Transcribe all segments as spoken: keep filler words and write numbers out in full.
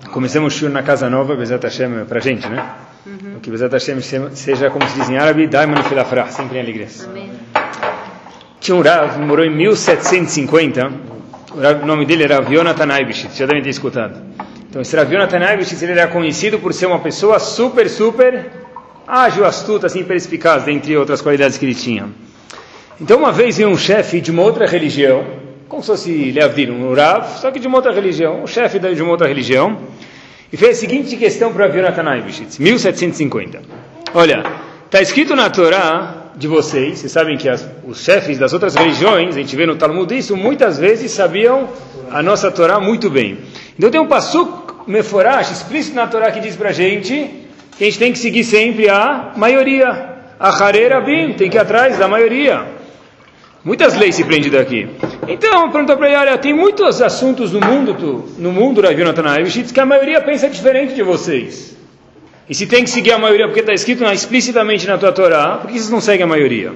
Começamos o shiur na Casa Nova, Bezat Hashem, para a gente, né? Uhum. Que Bezat Hashem seja, como se diz em árabe, Daiman Filafrah, sempre em alegrias. Amém. Tinha um Rav, morou em mil setecentos e cinquenta, o, Rav, o nome dele era Rav Yonatan Eibeshitz, já devem ter escutado. Então esse Rav Yonatan Eibeshitz, ele era conhecido por ser uma pessoa super, super ágil, astuta, assim, perspicaz, dentre outras qualidades que ele tinha. Então uma vez veio um chefe de uma outra religião, como se fosse Leavdil, um Rav, só que de uma outra religião, um chefe de uma outra religião, e fez a seguinte questão para Rav Yonatan Eibeshitz, mil setecentos e cinquenta. Olha, está escrito na Torá de vocês, vocês sabem que as, os chefes das outras religiões, a gente vê no Talmud isso, muitas vezes sabiam a nossa Torá muito bem. Então tem um passuk meforash, explícito na Torá, que diz para a gente que a gente tem que seguir sempre a maioria, a Harei Rabim, tem que ir atrás da maioria. Muitas leis se prendem daqui. Então, perguntou para ele, olha, tem muitos assuntos no mundo, tu, no mundo, Rav Yonatan Eibeshitz, que a maioria pensa diferente de vocês. E se tem que seguir a maioria porque está escrito explicitamente na tua Torá, por que vocês não seguem a maioria?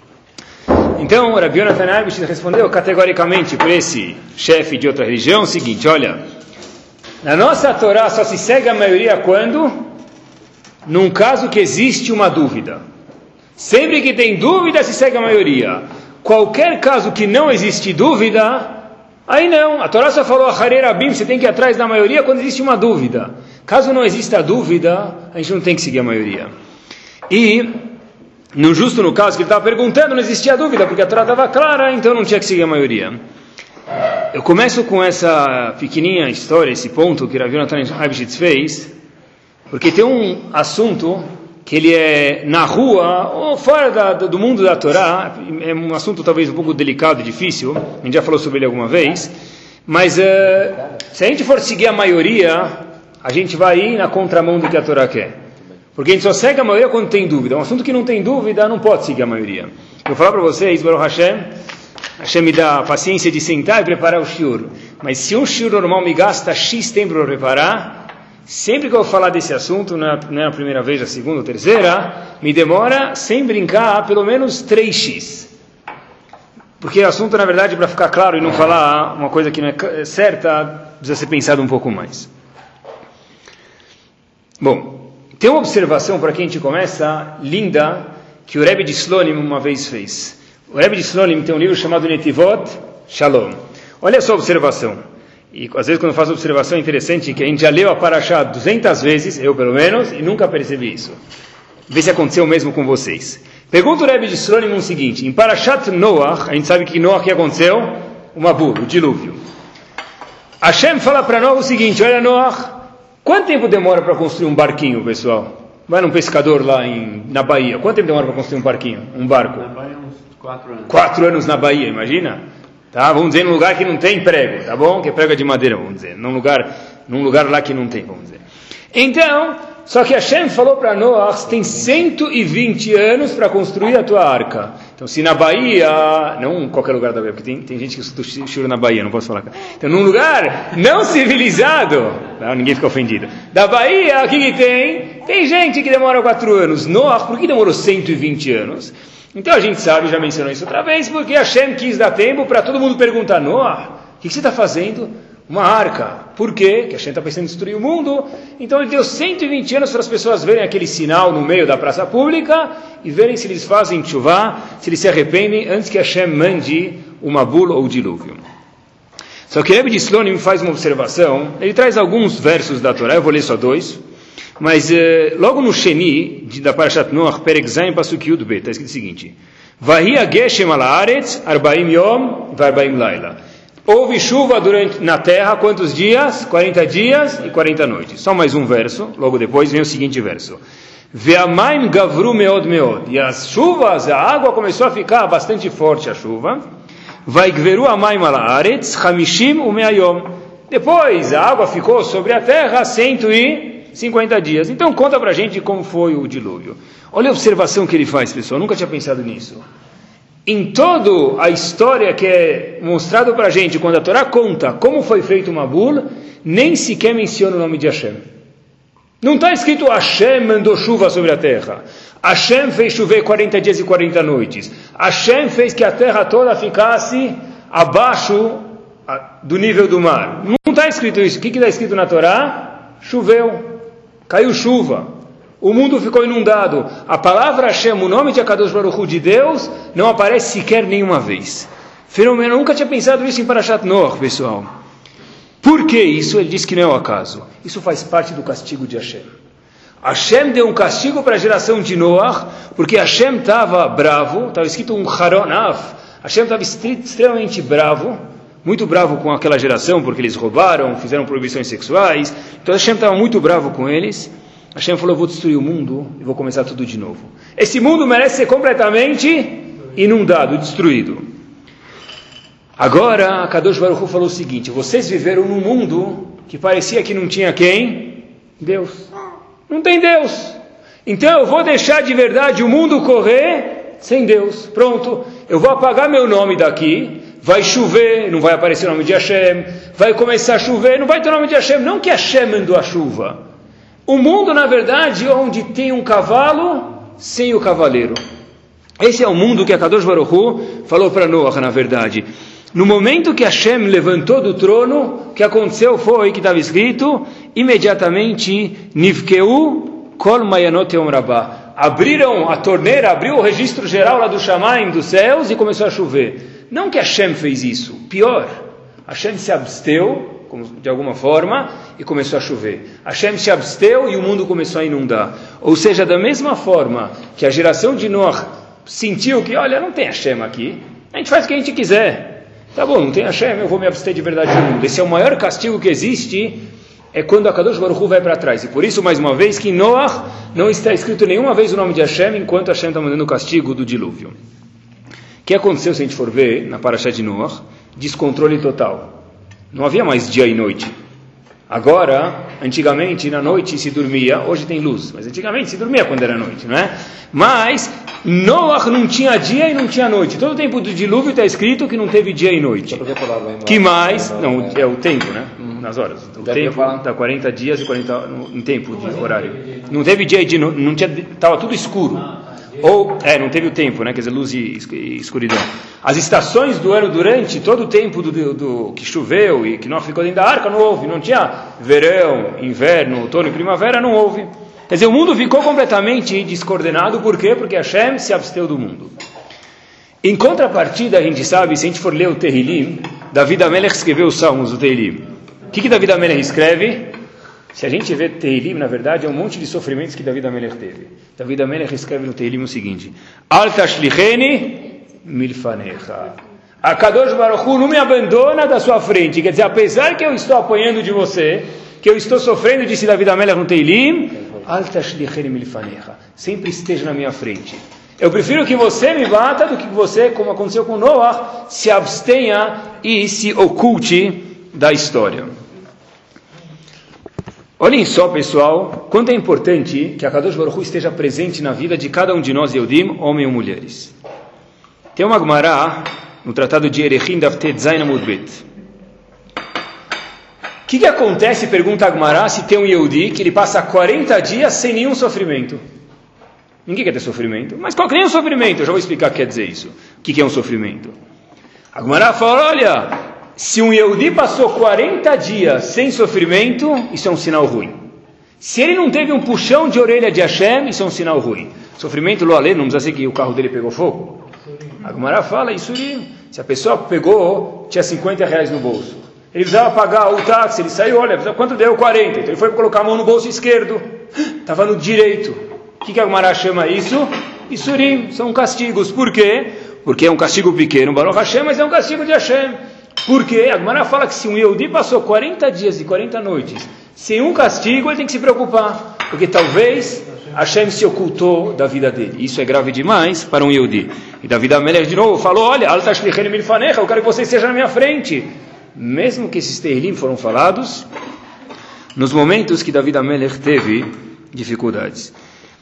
Então, Rav Yonatan Eibeshitz respondeu categoricamente para esse chefe de outra religião o seguinte, olha, na nossa Torá só se segue a maioria quando? Num caso que existe uma dúvida. Sempre que tem dúvida, se segue a maioria. Qualquer caso que não existe dúvida, aí não. A Torá só falou a Harei Rabim, você tem que ir atrás da maioria quando existe uma dúvida. Caso não exista dúvida, a gente não tem que seguir a maioria. E, no justo no caso que ele estava perguntando, não existia dúvida, porque a Torá estava clara, então não tinha que seguir a maioria. Eu começo com essa pequenininha história, esse ponto que Rav Yonatan Eibeshitz fez, porque tem um assunto que ele é na rua, ou fora da, do mundo da Torá, é um assunto talvez um pouco delicado e difícil, a gente já falou sobre ele alguma vez, mas uh, se a gente for seguir a maioria, a gente vai ir na contramão do que a Torá quer. Porque a gente só segue a maioria quando tem dúvida. Um assunto que não tem dúvida, não pode seguir a maioria. Vou falar para vocês, Baruch Hashem, Hashem me dá a paciência de sentar e preparar o shiur. Mas se um shiur normal me gasta X tempo para preparar, sempre que eu falar desse assunto, não é a primeira vez, a segunda ou terceira, me demora, sem brincar, pelo menos três x. Porque o assunto, na verdade, para ficar claro e não falar uma coisa que não é certa, precisa ser pensado um pouco mais. Bom, tem uma observação para quem a gente começa, linda, que o Rebbe de Slonim uma vez fez. O Rebbe de Slonim tem um livro chamado Netivot Shalom. Olha a sua observação. E às vezes quando eu faço observação é interessante que a gente já leu a Parashá duzentas vezes, eu pelo menos, e nunca percebi isso. Vê se aconteceu mesmo com vocês. Pergunta o Rebbe de Slonim o seguinte, em Parashat Noach, a gente sabe que Noach que aconteceu? O Mabul, o dilúvio. Hashem fala para Noach o seguinte, olha Noach, quanto tempo demora para construir um barquinho, pessoal? Vai num pescador lá em, na Bahia, quanto tempo demora para construir um barquinho, um barco? Na Bahia uns quatro anos. Quatro anos na Bahia, imagina? Tá, vamos dizer num lugar que não tem prego, tá bom? Que é prego de madeira, vamos dizer. Num lugar, num lugar lá que não tem, vamos dizer. Então, só que Hashem falou para Noach, tem cento e vinte anos para construir a tua arca. Então, se na Bahia, não em qualquer lugar da Bahia, porque tem, tem gente que escuta choro na Bahia, não posso falar. Então, num lugar não civilizado, não, ninguém fica ofendido. Da Bahia, o que que tem? Tem gente que demora quatro anos. Noach, por que demorou cento e vinte anos? Então a gente sabe, já mencionou isso outra vez, porque Hashem quis dar tempo para todo mundo perguntar, Noah, o que você está fazendo? Uma arca. Por quê? Que Hashem está pensando em destruir o mundo. Então ele deu cento e vinte anos para as pessoas verem aquele sinal no meio da praça pública e verem se eles fazem tchuvá, se eles se arrependem antes que Hashem mande o Mabul ou o dilúvio. Só que o Rebbe de Slonim faz uma observação, ele traz alguns versos da Torá, eu vou ler só dois. Mas eh, logo no Sheni, da Parashat Noach, Perek Zayin, Pasuk Yud Bet, está escrito o seguinte, Vahia Geshem ala Aretz, Arbaim Yom, Varbaim Laila. Houve chuva durante, na terra, quantos dias? quarenta dias e quarenta noites. Só mais um verso, logo depois vem o seguinte verso. Ve'amaim gavru meod meod. E as chuvas, a água começou a ficar bastante forte, a chuva. Vaigveru amaim ala Aretz, Hamishim umeayom. Depois a água ficou sobre a terra cento e cinquenta dias. Então conta pra gente como foi o dilúvio. Olha a observação que ele faz, pessoal. Eu nunca tinha pensado nisso. Em toda a história que é mostrado pra gente, quando a Torá conta como foi feito o Mabul, nem sequer menciona o nome de Hashem. Não está escrito Hashem mandou chuva sobre a terra. Hashem fez chover quarenta dias e quarenta noites. Hashem fez que a terra toda ficasse abaixo do nível do mar. Não está escrito isso. O que está escrito na Torá? choveu, caiu chuva, o mundo ficou inundado. A palavra Hashem, o nome de Akadosh Baruch Hu, de Deus, não aparece sequer nenhuma vez. Fenômeno, eu nunca tinha pensado isso em Parashat Noach, pessoal. Por que isso? Ele diz que não é o acaso. Isso faz parte do castigo de Hashem. Hashem deu um castigo para a geração de Noach, porque Hashem estava bravo, estava escrito um Haronaf, Hashem estava extremamente bravo, muito bravo com aquela geração, porque eles roubaram, fizeram proibições sexuais, então Hashem estava muito bravo com eles. Hashem falou, eu vou destruir o mundo e vou começar tudo de novo. Esse mundo merece ser completamente inundado, destruído. Agora, Kadosh Baruch Hu falou o seguinte, vocês viveram num mundo que parecia que não tinha quem? Deus. Não tem Deus. Então eu vou deixar de verdade o mundo correr sem Deus. Pronto, eu vou apagar meu nome daqui, vai chover, não vai aparecer o nome de Hashem, vai começar a chover, não vai ter o nome de Hashem, não que Hashem mandou a chuva. O mundo, na verdade, onde tem um cavalo sem o cavaleiro. Esse é o mundo que a Kadosh Baruch Hu falou para Noach, na verdade. No momento que Hashem levantou do trono, o que aconteceu foi que estava escrito, imediatamente, Nivkeu kol mayanot yom rabah. Abriram a torneira, abriu o registro geral lá do Shamaim, dos céus, e começou a chover. Não que Hashem fez isso, pior, Hashem se absteu, de alguma forma, e começou a chover. Hashem se absteu e o mundo começou a inundar. Ou seja, da mesma forma que a geração de Noach sentiu que, olha, não tem Hashem aqui, a gente faz o que a gente quiser. Tá bom, não tem Hashem, eu vou me abster de verdade do mundo. Esse é o maior castigo que existe, é quando a Kadosh Baruch Hu vai para trás. E por isso, mais uma vez, que em Noach não está escrito nenhuma vez o nome de Hashem, enquanto Hashem está mandando o castigo do dilúvio. O que aconteceu, se a gente for ver, na Parashá de Noach? Descontrole total. Não havia mais dia e noite. Agora, antigamente, na noite se dormia, hoje tem luz, mas antigamente se dormia quando era noite, não é? Mas Noach não tinha dia e não tinha noite. Todo o tempo do dilúvio está escrito que não teve dia e noite. Que mais? Não, é o tempo, né? Nas horas. O tempo dá quarenta dias e quarenta em tempo de horário. Não teve dia e de noite, não tinha, estava tudo escuro. Ou, é, não teve o tempo, né? Quer dizer, luz e escuridão. As estações do ano, durante todo o tempo do, do, do que choveu e que não ficou dentro da arca, não houve. Não tinha verão, inverno, outono e primavera, não houve. Quer dizer, o mundo ficou completamente descoordenado. Por quê? Porque Hashem se absteu do mundo. Em contrapartida, a gente sabe, se a gente for ler o Tehillim, David Amelech escreveu os Salmos do Tehillim. O que, que David Amelech escreve? Se a gente vê Tehillim, na verdade, é um monte de sofrimentos que David Amelech teve. David Amelech escreve no Tehillim o seguinte: Al tashlicheni milfanecha. A Kadosh Baruch Hu não me abandona da sua frente. Quer dizer, apesar que eu estou apanhando de você, que eu estou sofrendo, disse David Amelech no Tehillim, Al tashlicheni milfanecha. Sempre esteja na minha frente. Eu prefiro que você me bata do que você, como aconteceu com Noach, se abstenha e se oculte da história. Olhem só, pessoal, quanto é importante que a Kadosh Baruch Hu esteja presente na vida de cada um de nós, Yehudim, homens ou mulheres. Tem uma Gemara no Tratado de Erechim, Daf Tet Zayin Amud Bet. O que, que acontece, pergunta a Gemara, se tem um Yehudi que ele passa quarenta dias sem nenhum sofrimento? Ninguém quer ter sofrimento, mas qual que nem um sofrimento? Eu já vou explicar o que quer dizer isso. O que, que é um sofrimento? A Gemara fala, olha... Se um Yehudi passou quarenta dias sem sofrimento, isso é um sinal ruim. Se ele não teve um puxão de orelha de Hashem, isso é um sinal ruim. Sofrimento, lo alê, não precisa ser que o carro dele pegou fogo. A Gemara fala, isso se a pessoa pegou, tinha cinquenta reais no bolso. Ele precisava pagar o táxi, ele saiu, olha, quanto deu? quarenta. Então ele foi colocar a mão no bolso esquerdo, estava no direito. O que, que a Gemara chama isso? Isurim, são castigos. Por quê? Porque é um castigo pequeno, Baruch Hashem, mas é um castigo de Hashem. Porque a Gemara fala que se um Yehudi passou quarenta dias e quarenta noites sem um castigo, ele tem que se preocupar. Porque talvez Hashem se ocultou da vida dele. Isso é grave demais para um Yehudi. E David Amelech de novo falou, olha, Al tashlicheni milfanecha, eu quero que você esteja na minha frente. Mesmo que esses Tehillim foram falados nos momentos que David Amelech teve dificuldades.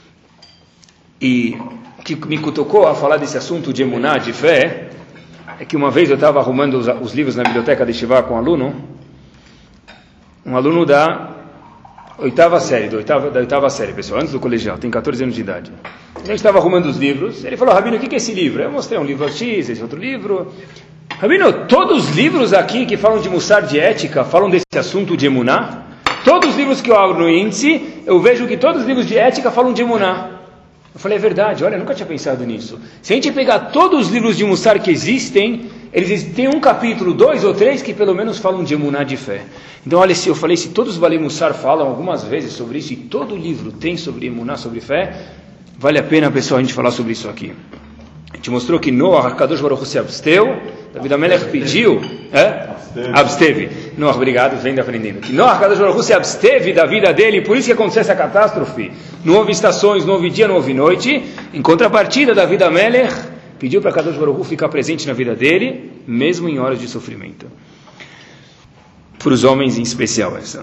E o que me cutucou a falar desse assunto de emuná, de fé, é que uma vez eu estava arrumando os, os livros na biblioteca de Shivá com um aluno, um aluno da oitava série, da oitava, da oitava série, pessoal, antes do colegial, tem catorze anos de idade. A gente estava arrumando os livros, ele falou, Rabino, o que é esse livro? Eu mostrei um livro X, esse outro livro. Rabino, todos os livros aqui que falam de mussar, de ética, falam desse assunto de emuná? Todos os livros que eu abro no índice, eu vejo que todos os livros de ética falam de emuná. Eu falei, é verdade, olha, eu nunca tinha pensado nisso. Se a gente pegar todos os livros de Mussar que existem, eles têm um capítulo, dois ou três, que pelo menos falam de emuná, de fé. Então, olha, se eu falei, se todos os Balei Mussar falam algumas vezes sobre isso, e todo livro tem sobre emuná, sobre fé, vale a pena, pessoal, a gente falar sobre isso aqui. A gente mostrou que Noah, Kadosh Baruch Hu se absteu, David Amelech pediu, é? absteve. Noah, obrigado, vem aprendendo. Que Noah, Kadosh Baruch Hu se absteve da vida dele, por isso que aconteceu essa catástrofe. Não houve estações, não houve dia, não houve noite. Em contrapartida, David Amelech pediu para Kadosh Baruch Hu ficar presente na vida dele, mesmo em horas de sofrimento. Para os homens em especial essa.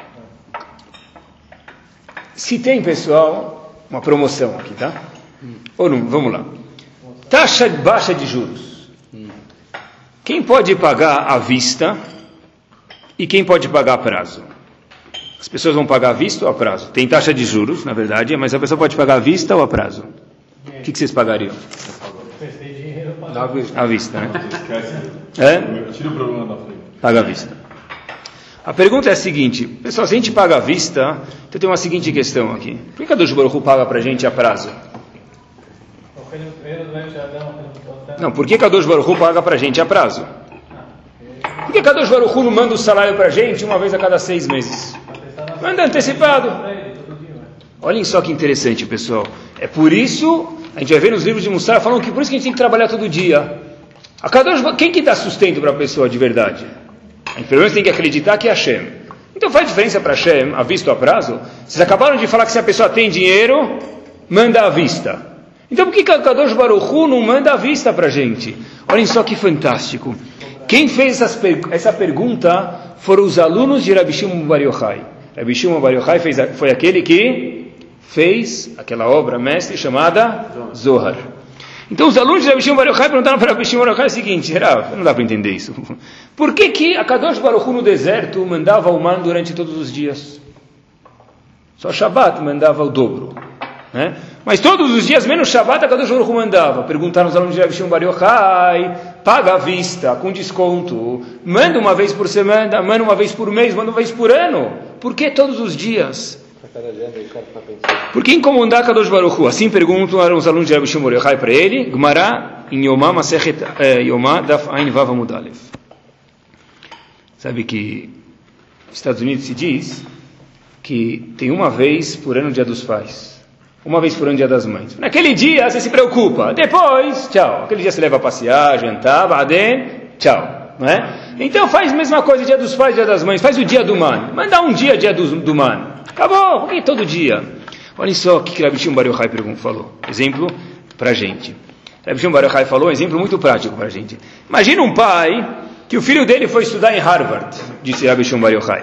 Se tem, pessoal, uma promoção aqui, tá? Ou não? Vamos lá. Taxa baixa de juros. Quem pode pagar à vista e quem pode pagar a prazo? As pessoas vão pagar à vista ou a prazo? Tem taxa de juros, na verdade, mas a pessoa pode pagar à vista ou a prazo? O que, que vocês pagariam? À vista, né? É? Tira o problema da frente. Paga à vista. A pergunta é a seguinte, pessoal, se a gente paga à vista, então tem uma seguinte questão aqui. Por que Kadosh Baruch Hu paga para a gente a prazo? Não, por que Kadosh Baruch Hu paga para a gente a prazo? Por que Kadosh Baruch Hu não manda o salário para a gente uma vez a cada seis meses? Manda antecipado. Olhem só que interessante, pessoal. É por isso, a gente vai ver nos livros de Mussar, falam que por isso que a gente tem que trabalhar todo dia. A Kadosh, quem que dá sustento para a pessoa de verdade? A gente pelo menos tem que acreditar que é Hashem. Então faz diferença para Hashem, a vista ou a prazo? Vocês acabaram de falar que se a pessoa tem dinheiro, manda à vista. Então por que Kadosh Baruch Hu não manda à vista para a gente? Olhem só que fantástico. Quem fez essa pergunta foram os alunos de Rabi Shimon Bar Yochai. Rabi Shimon Bar Yochai fez, foi aquele que fez aquela obra mestre chamada Zohar. Então os alunos de Rabi Shimon Bar Yochai perguntaram para Rabi Shimon Bar Yochai o seguinte, Rav, não dá para entender isso. Por que que a Kadosh Baruch Hu no deserto mandava o man durante todos os dias? Só Shabbat mandava o dobro, né? Mas todos os dias, menos Shabbat, a Kadosh Baruch Hu mandava. Perguntaram os alunos de Rabi Shimon Bar Yochai, paga à vista, com desconto, manda uma vez por semana, manda uma vez por mês, manda uma vez por ano. Por que todos os dias? Por que incomodar Kadosh Baruch Hu? Assim perguntam os alunos de Rabi Shimon Bar Yochai para ele, Gemara, em Yomá, Masechet Yomá, Daf Ain Vav Amud Aleph. Sabe que nos Estados Unidos se diz que tem uma vez por ano o Dia dos Pais. Uma vez por ano, Dia das Mães. Naquele dia, você se preocupa. Depois, tchau. Aquele dia você leva a passear, jantar, badem, tchau. Não é? Então faz a mesma coisa, Dia dos Pais, Dia das Mães. Faz o Dia do Man. Manda um dia, Dia do, do Man. Acabou. Por que todo dia? Olhem só o que Rabi Shimon Bar Yochai falou. Exemplo para a gente. Rabi Shimon Bar Yochai falou um exemplo muito prático para a gente. Imagina um pai que o filho dele foi estudar em Harvard, disse Rabi Shimon Bar Yochai.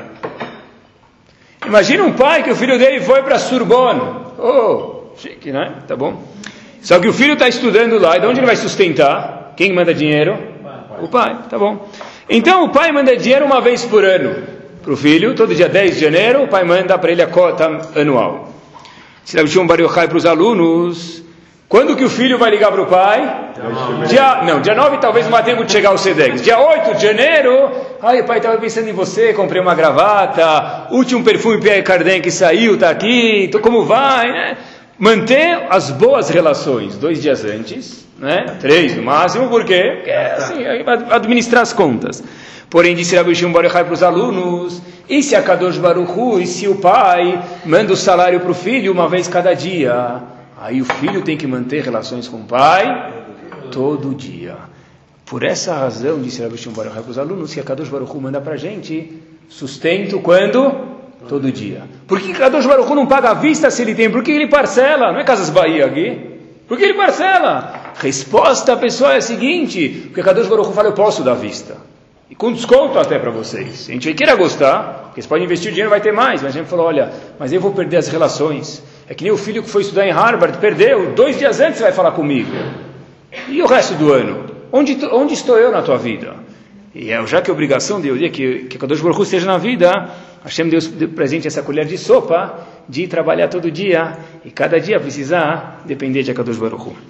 Imagina um pai que o filho dele foi para Sorbonne. Oh, chique, né? Tá bom. Só que o filho está estudando lá, e de onde ele vai sustentar? Quem manda dinheiro? O pai, tá bom. Então o pai manda dinheiro uma vez por ano para o filho, todo dia dez de janeiro, o pai manda para ele a cota anual. Se Rabi Shimon Bar Yochai para os alunos, quando que o filho vai ligar para o pai? Dia, não, dia nove talvez não vai ter muito chegar o Sedex. Dia oito de janeiro, ai, o pai estava pensando em você, comprei uma gravata, último perfume Pierre Cardin que saiu, está aqui, então como vai, né? Manter as boas relações dois dias antes, né? Três no máximo, por quê? Porque assim, administrar as contas. Porém, disse Rabi Shimon Bar Yochai para os alunos, e se a Kadosh Baruch Hu, e se o pai manda o salário para o filho uma vez cada dia, aí o filho tem que manter relações com o pai todo dia. Por essa razão, disse Rabi Shimon Bar Yochai para os alunos, que a Kadosh Baruch Hu manda para a gente sustento quando? Todo dia. Por que Kadosh Baruch Hu não paga à vista se ele tem? Por que ele parcela? Não é Casas Bahia aqui? Por que ele parcela? Resposta, pessoal, é a seguinte, porque Kadosh Baruch Hu fala, eu posso dar à vista. E com desconto até para vocês. A gente queira gostar, porque você pode investir o dinheiro, vai ter mais. Mas a gente falou, olha, mas eu vou perder as relações. É que nem o filho que foi estudar em Harvard, perdeu, dois dias antes você vai falar comigo. E o resto do ano? Onde, onde estou eu na tua vida? E é, já que a obrigação de eu dizer que, que Kadosh Baruch Hu esteja na vida, Hashem deu presente essa colher de sopa, de ir trabalhar todo dia, e cada dia precisar depender de Kadosh Baruch Hu.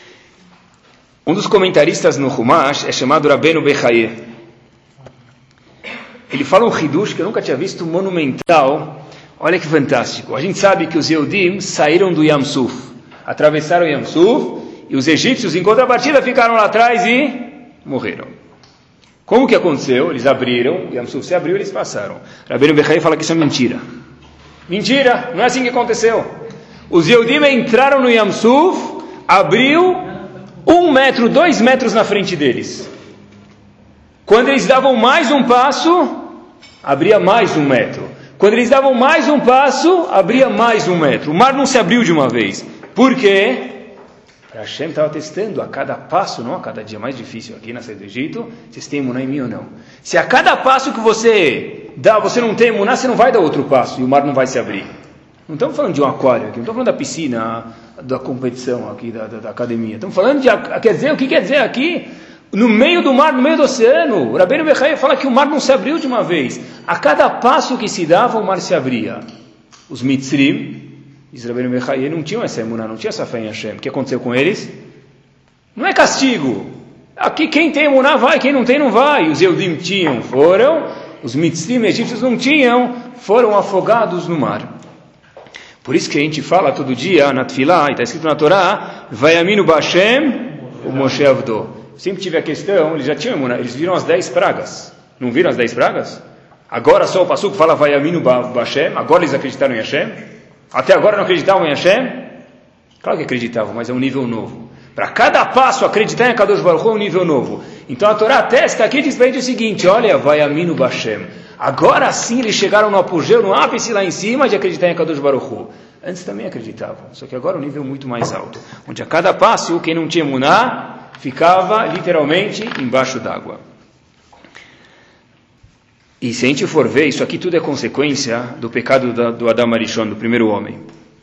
Um dos comentaristas no Humash é chamado Rabbeinu Bechaye. ele fala um hidush que eu nunca tinha visto, monumental. Olha que fantástico. A gente sabe que os Yehudim saíram do Yam Suf, atravessaram o Yam Suf, e os egípcios, em contrapartida, ficaram lá atrás e morreram. Como que aconteceu? Eles abriram, o Yam Suf se abriu e eles passaram. Rabbeinu Bechai fala que isso é mentira. Mentira, não é assim que aconteceu. Os Yehudim entraram no Yam Suf, abriu um metro, dois metros na frente deles. Quando eles davam mais um passo, abria mais um metro. Quando eles davam mais um passo, abria mais um metro. O mar não se abriu de uma vez. Por quê? Hashem estava testando a cada passo, não a cada dia mais difícil aqui na saída do Egito, vocês têm emuná em mim ou não. Se a cada passo que você dá, você não tem emuná, você não vai dar outro passo e o mar não vai se abrir. Não estamos falando de um aquário aqui, não estamos falando da piscina, da competição aqui, da, da, da academia. Estamos falando de, quer dizer, o que quer dizer aqui? No meio do mar, no meio do oceano, o Rabbeinu Bechai fala que o mar não se abriu de uma vez. A cada passo que se dava, o mar se abria. Os Mitzrim, diz Rabbeinu Bechai, não tinham essa emuná, não tinha essa fé em Hashem. O que aconteceu com eles? Não é castigo. Aqui quem tem emuná vai, quem não tem não vai. Os Yehudim tinham, foram. Os Mitzrim egípcios não tinham, foram afogados no mar. Por isso que a gente fala todo dia na Tfilá, e está escrito na Torá, Vayaminu Bashem, o Moshe Avdo. Sempre tive a questão, eles já tinham emuná, eles viram as dez pragas. Não viram as dez pragas? Agora só o Passuco fala Vayaminu Bashem, agora eles acreditaram em Hashem? Até agora não acreditavam em Hashem? Claro que acreditavam, mas é um nível novo. Para cada passo acreditar em Kadosh Baruch Hu é um nível novo. Então a Torá testa aqui e diz para a gente o seguinte, olha, Vayaminu Bashem. Agora sim eles chegaram no apogeu, no ápice lá em cima de acreditar em Kadosh Baruch Hu. Antes também acreditavam, só que agora é um nível muito mais alto. Onde a cada passo, quem não tinha emuná, ficava literalmente embaixo d'água. E se a gente for ver, isso aqui tudo é consequência do pecado da, do Adam Arishon, do primeiro homem.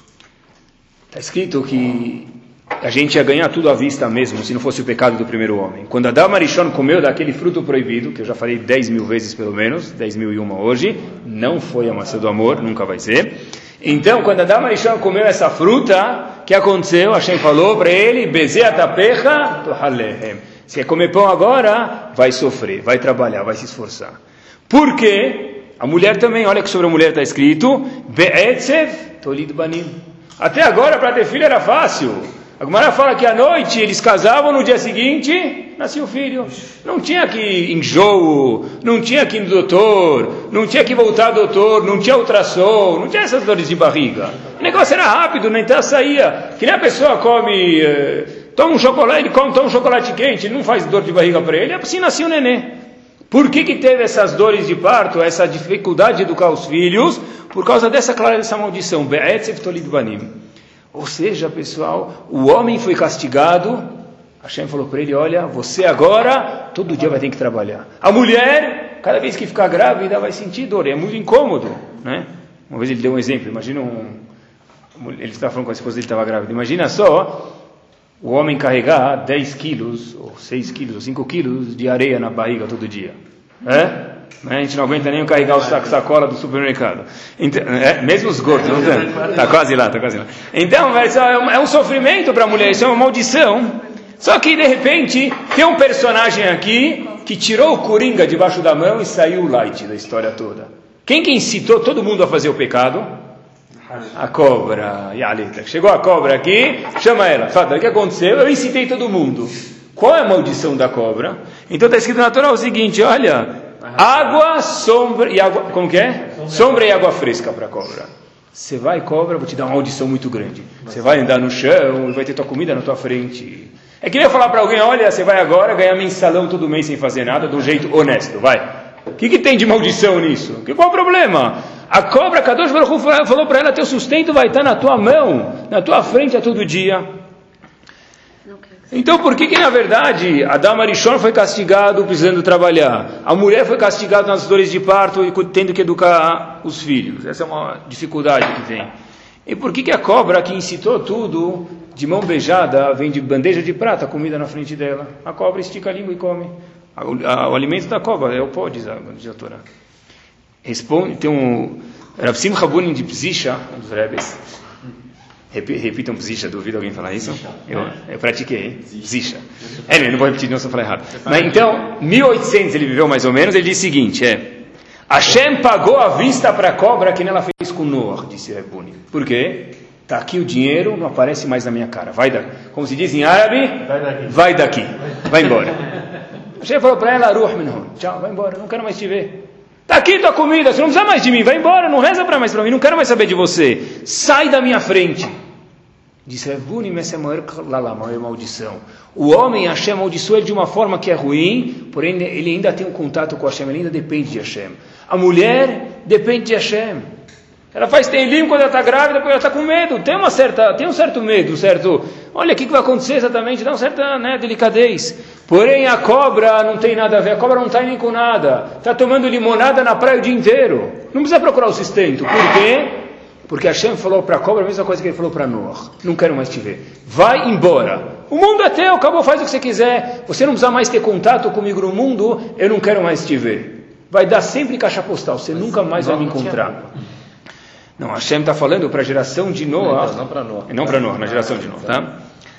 Está escrito que a gente ia ganhar tudo à vista mesmo, se não fosse o pecado do primeiro homem. Quando Adam Arishon comeu daquele fruto proibido, que eu já falei dez mil vezes pelo menos, dez mil e uma hoje, não foi a maçã do amor, nunca vai ser. Então, quando Adam Arishon comeu essa fruta, o que aconteceu? Hashem falou para ele, Bezeh atapecha tohalehem. Se quer comer pão agora, vai sofrer, vai trabalhar, vai se esforçar. Por quê? A mulher também, olha que sobre a mulher está escrito, Be'etzev tolid banim. Até agora, para ter filho era fácil. A Gemara fala que à noite eles casavam, no dia seguinte nascia o filho. Não tinha que enjoo, não tinha que ir no doutor, não tinha que voltar ao doutor, não tinha ultrassom, não tinha essas dores de barriga. O negócio era rápido, nem então saía. Que nem a pessoa come, eh, toma um chocolate, ele come, toma um chocolate quente, ele não faz dor de barriga para ele, assim nascia o neném. Por que que teve essas dores de parto, essa dificuldade de educar os filhos? Por causa dessa clara dessa maldição. Be'etzev tolid banim. Ou seja, pessoal, o homem foi castigado, Hashem falou para ele, olha, você agora, todo dia vai ter que trabalhar. A mulher, cada vez que ficar grávida, vai sentir dor, é muito incômodo, né? Uma vez ele deu um exemplo, imagina um... Ele estava falando com a esposa dele, estava grávida, imagina só, o homem carregar dez quilos, ou seis quilos, ou cinco quilos de areia na barriga todo dia, é? A gente não aguenta nem carregar o saco, sacola do supermercado. Então, é, mesmo os gordos, não está quase lá, está quase lá. Então, é um sofrimento para a mulher, isso é uma maldição. Só que, de repente, tem um personagem aqui que tirou o coringa debaixo da mão e saiu o light da história toda. Quem que incitou todo mundo a fazer o pecado? A cobra. Chegou a cobra aqui, chama ela. Fala, o que aconteceu? Eu incitei todo mundo. Qual é a maldição da cobra? Então está escrito na Torá o seguinte, olha... Água, sombra e água... Como que é? Sombra e água fresca para a cobra. Você vai, cobra, vou te dar uma maldição muito grande. Você vai andar no chão e vai ter tua comida na tua frente. É que nem eu falar para alguém, olha, você vai agora ganhar mensalão todo mês sem fazer nada, de um jeito honesto, vai. O que, que tem de maldição nisso? Que, qual o problema? A cobra, Kadosh Baruch Hu falou para ela, teu sustento vai estar na tua mão, na tua frente a todo dia. Então, por que que, na verdade, Adam Arishon foi castigado precisando trabalhar? A mulher foi castigada nas dores de parto e tendo que educar os filhos. Essa é uma dificuldade que tem. E por que que a cobra, que incitou tudo, de mão beijada, vem de bandeja de prata, comida na frente dela? A cobra estica a língua e come. O, a, o alimento da cobra é o pó, diz a, diz a Torá. Responde, tem um... Rav Simcha Bunin de Pzisha, um dos rebes. Repitam Pzisha, duvido alguém falar isso? Eu, eu pratiquei, Pzisha. É, não vou repetir, não, se eu falar errado. Mas então, mil e oitocentos ele viveu mais ou menos, ele diz o seguinte, é, Hashem pagou a vista para a cobra que nem ela fez com Noah, disse Rebuni. Por quê? Está aqui o dinheiro, não aparece mais na minha cara. Vai daqui. Como se diz em árabe, vai daqui. Vai, daqui. Vai embora. Hashem falou para ela, Ruh minhum. Tchau, vai embora, não quero mais te ver. Está aqui tua comida, você não precisa mais de mim, vai embora, não reza para mais para mim, não quero mais saber de você. Sai da minha frente. Disse Rebuni, mas é maior maldição. O homem, Hashem amaldiçoou ele de uma forma que é ruim, porém ele ainda tem um contato com Hashem, ele ainda depende de Hashem. A mulher depende de Hashem. Ela faz teilim quando ela está grávida, porque ela está com medo. Tem, uma certa, tem um certo medo, um certo... Olha, o que vai acontecer exatamente? Dá uma certa né, delicadez. Porém, a cobra não tem nada a ver. A cobra não está nem com nada. Está tomando limonada na praia o dia inteiro. Não precisa procurar o sustento. Por quê? Porque Hashem falou para a cobra a mesma coisa que ele falou para Noah. Não quero mais te ver. Vai embora. O mundo é teu, acabou, faz o que você quiser. Você não precisa mais ter contato comigo no mundo. Eu não quero mais te ver. Vai dar sempre caixa postal. Você nunca mais vai me encontrar. Não, Hashem está falando para a geração de Noah. Não, não para Noah. Não para Noah, na geração de Noah, tá?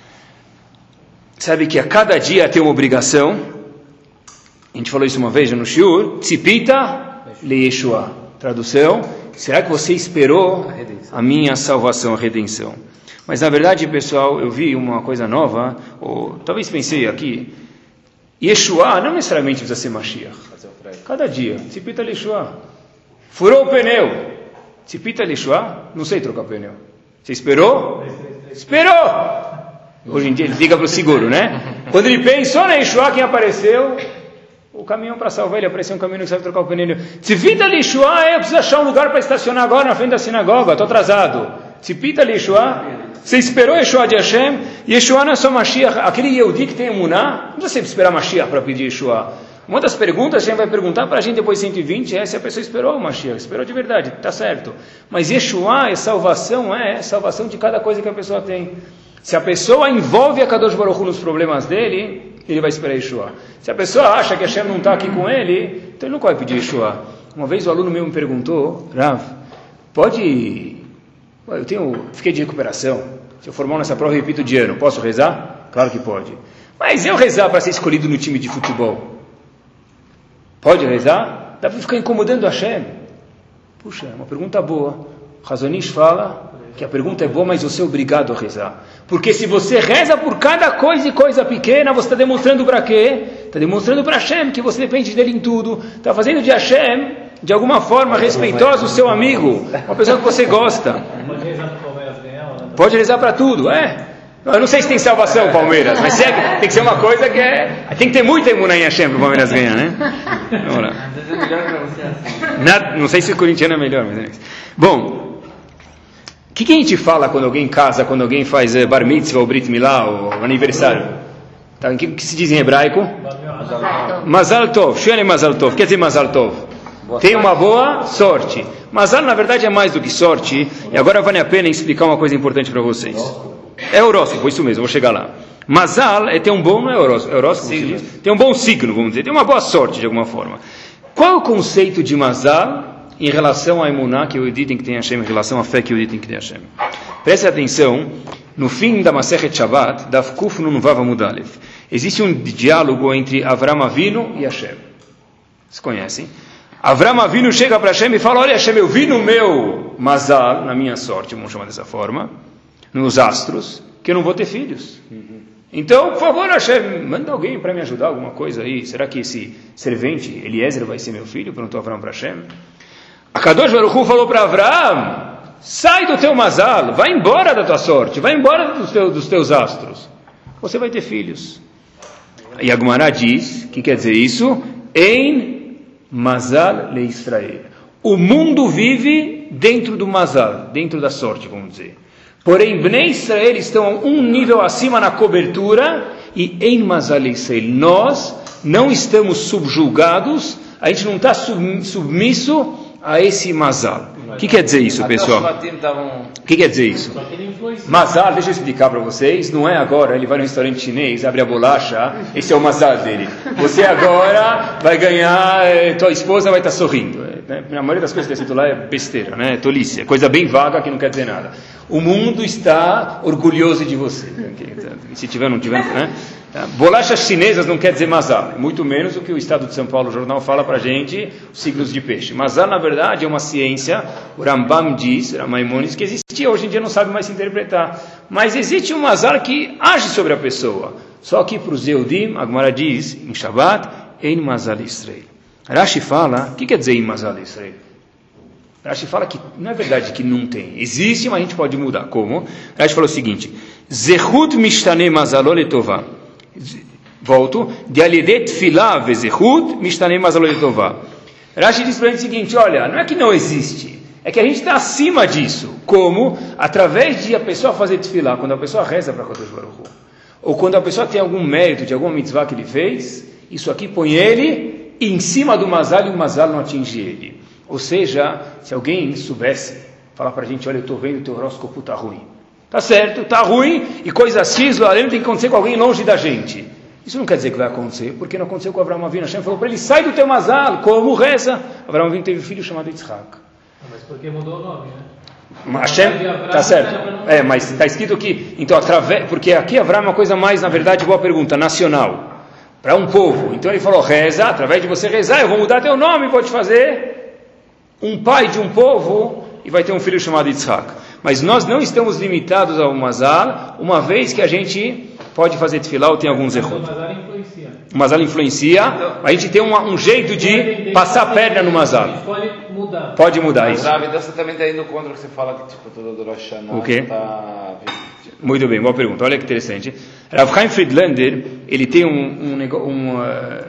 Sabe que a cada dia tem uma obrigação. A gente falou isso uma vez no Shiur. Tzipita le Yeshua. Tradução. Será que você esperou a, a minha salvação, a redenção? Mas na verdade, pessoal, eu vi uma coisa nova. Ou talvez pensei aqui. Yeshua não necessariamente precisa ser Mashiach. Cada dia. Tzipita le Yeshua. Furou o pneu. Tzipita Lishua, não sei trocar pneu. Você esperou? Esperou! Hoje em dia ele liga para o seguro, né? Quando ele pensou na Yeshua, quem apareceu? O caminhão para salvar ele, apareceu um caminhão que sabe trocar o pneu. Tzipita Lishua, eu preciso achar um lugar para estacionar agora na frente da sinagoga, estou atrasado. Tzipita Lishua, você esperou Yeshua de Hashem? Yeshua não é só Mashiach, aquele Yehudi que tem emuná, não precisa sempre esperar Mashiach para pedir Yeshua. Uma das perguntas, a gente vai perguntar para a gente depois de cento e vinte, é se a pessoa esperou o Mashiach, esperou de verdade, está certo. Mas Yeshua é salvação, é salvação de cada coisa que a pessoa tem. Se a pessoa envolve a Kadosh Baruch Hu nos problemas dele, ele vai esperar Yeshua. Se a pessoa acha que Hashem não está aqui com ele, então ele não vai pedir Yeshua. Uma vez o aluno meu me perguntou, Rav, pode... Eu tenho, fiquei de recuperação, se eu formar nessa prova, eu repito de ano, posso rezar? Claro que pode. Mas eu rezar para ser escolhido no time de futebol? Pode rezar? Dá para ficar incomodando a Hashem? Puxa, é uma pergunta boa. Razonish fala que a pergunta é boa, mas você é obrigado a rezar. Porque se você reza por cada coisa e coisa pequena, você está demonstrando para quê? Está demonstrando para Hashem que você depende dele em tudo. Está fazendo de Hashem, de alguma forma respeitosa, o seu amigo. Uma pessoa que você gosta. Pode rezar para tudo, é? Eu não sei se tem salvação o Palmeiras, mas tem que ser uma coisa que é... Tem que ter muita emuná em Hashem para o Palmeiras ganhar, né? Vamos lá. Nada, não sei se o corintiano é melhor, mas é isso. Bom, o que, que a gente fala quando alguém casa, quando alguém faz é, bar mitzvah, ou brit milá, ou aniversário? Tá, o que, que se diz em hebraico? Mazal tov. Shele mazal tov. Quer dizer mazal tov? Tem uma boa sorte. Mazal, na verdade, é mais do que sorte. E agora vale a pena explicar uma coisa importante para vocês. É horóscopo, isso mesmo, vou chegar lá. Mazal é ter um bom, não é horóscopo, é horóscopo se diz? Tem um bom signo, vamos dizer, tem uma boa sorte de alguma forma. Qual é o conceito de Mazal em relação à emuná que o Yehudi tem que ter em Hashem, em relação à fé que o Yehudi tem que ter em Hashem? Preste atenção, no fim da Masechet Shabbat, Daf Kuf Nun Vav Amud Aleph, existe um diálogo entre Avram Avinu e Hashem. Vocês conhecem? Avram Avinu chega para Hashem e fala, olha Hashem, eu vi no meu Mazal, na minha sorte, vamos chamar dessa forma, nos astros, que eu não vou ter filhos. Uhum. Então, por favor, Hashem, manda alguém para me ajudar, alguma coisa aí. Será que esse servente, Eliezer, vai ser meu filho? Perguntou Avram para Hashem. A Kadosh Baruch Hu falou para Avram, sai do teu mazal, vai embora da tua sorte, vai embora dos teus, dos teus astros. Você vai ter filhos. E a Gemara diz, o que quer dizer isso? Em mazal le Israel. O mundo vive dentro do mazal, dentro da sorte, vamos dizer. Porém, Bnei Israel estão um nível acima na cobertura e em Mazal Israel. Nós não estamos subjugados, a gente não está submisso a esse Mazal. O que quer dizer isso, pessoal? O que quer dizer isso? Mazal, deixa eu explicar para vocês, não é agora, ele vai no restaurante chinês, abre a bolacha, esse é o Mazal dele. Você agora vai ganhar, tua esposa vai estar sorrindo. A maioria das coisas que é escrito lá é besteira, né? É tolice, é coisa bem vaga que não quer dizer nada. o mundo está orgulhoso de você. Se tiver ou não tiver, né? Bolachas chinesas não quer dizer mazal, muito menos o que o Estado de São Paulo, o jornal, fala para a gente, os signos de peixe. Mazal, na verdade, é uma ciência, o Rambam diz, o Maimonides, que existia, hoje em dia não sabe mais se interpretar. Mas existe um mazal que age sobre a pessoa. Só que para os Yehudim, a Gemara diz, em Shabbat, Ein mazal Israel. Rashi fala, o que quer dizer Ein mazal Israel? Rashi fala que não é verdade que não tem. Existe, mas a gente pode mudar. Como? Rashi falou o seguinte, Zechut mishtane mazalo letová. Volto, de alidet filá vezechut mishtane mazalo letová. Rashi diz para a gente o seguinte, olha, não é que não existe, é que a gente está acima disso. Como? Através de a pessoa fazer tefilá, quando a pessoa reza para Kadosh Baruch Hu, ou quando a pessoa tem algum mérito de alguma mitzvah que ele fez, isso aqui põe ele em cima do mazal e o mazal não atinge ele. Ou seja, se alguém soubesse falar para a gente, olha, eu estou vendo o teu horóscopo está ruim. Está certo, está ruim, e coisa X, lá dentro tem que acontecer com alguém longe da gente. Isso não quer dizer que vai acontecer, porque não aconteceu com Avraham Avinu. Hashem falou para ele, sai do teu mazal, como reza. Avraham Avinu teve um filho chamado Yitzhak. Mas porque mudou o nome, né? Hashem, está certo. É, mas está escrito aqui, então, através, porque aqui Avraham é uma coisa mais, na verdade, boa pergunta, nacional, para um povo. Então ele falou, reza, através de você rezar, eu vou mudar teu nome, pode fazer um pai de um povo e vai ter um filho chamado Yitzhak. Mas nós não estamos limitados ao mazal, uma vez que a gente pode fazer tefilá ou tem alguns erros. O mazal influencia. O mazal influencia, a gente tem uma, um jeito de passar a perna no mazal. Pode mudar. Pode mudar isso. Mas você também está indo contra o que você fala que tipo, todo do Rosh Hashanah o quê? Tá... Muito bem, boa pergunta. Olha que interessante. Rav Chaim Friedlander, ele tem um, um, um uh,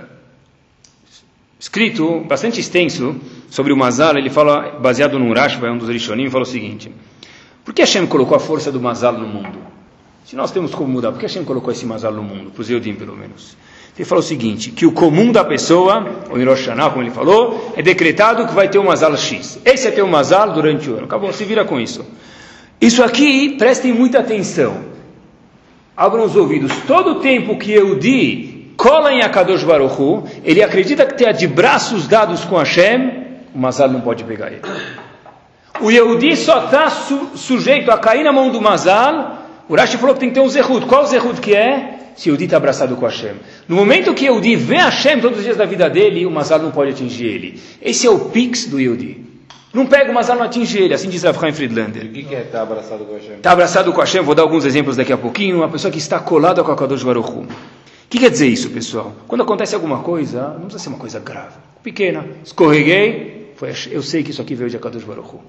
escrito bastante extenso sobre o mazal. Ele fala, baseado no Rashba, é um dos Rishonim, ele fala o seguinte: por que Hashem colocou a força do mazal no mundo? Se nós temos como mudar, por que Hashem colocou esse mazal no mundo? Para os Yehudim, pelo menos. Ele fala o seguinte, que o comum da pessoa, o Rosh Hashanah, como ele falou, é decretado que vai ter um mazal X. Esse é ter um mazal durante o ano. Acabou, se vira com isso. Isso aqui, prestem muita atenção. Abram os ouvidos. Todo o tempo que Yehudi cola em Akadosh Baruch Hu, ele acredita que tem de braços dados com Hashem, o mazal não pode pegar ele. O Yehudi só está su- sujeito a cair na mão do mazal. O Rashi falou que tem que ter um zehut. Qual o zehut que é? Se o Yehudi está abraçado com Hashem. No momento que o Yehudi vê Hashem todos os dias da vida dele, o mazal não pode atingir ele. Esse é o pix do Yehudi. Não pega o mazal, não atinge ele. Assim diz Rav Chaim Friedlander. O que, que é estar abraçado com Hashem? Está abraçado com Hashem, vou dar alguns exemplos daqui a pouquinho. Uma pessoa que está colada com a Kadosh Baruch Hu. O que quer dizer isso, pessoal? Quando acontece alguma coisa, não precisa ser uma coisa grave. Pequena, escorreguei, foi, eu sei que isso aqui veio de Kadosh Baruch Hu.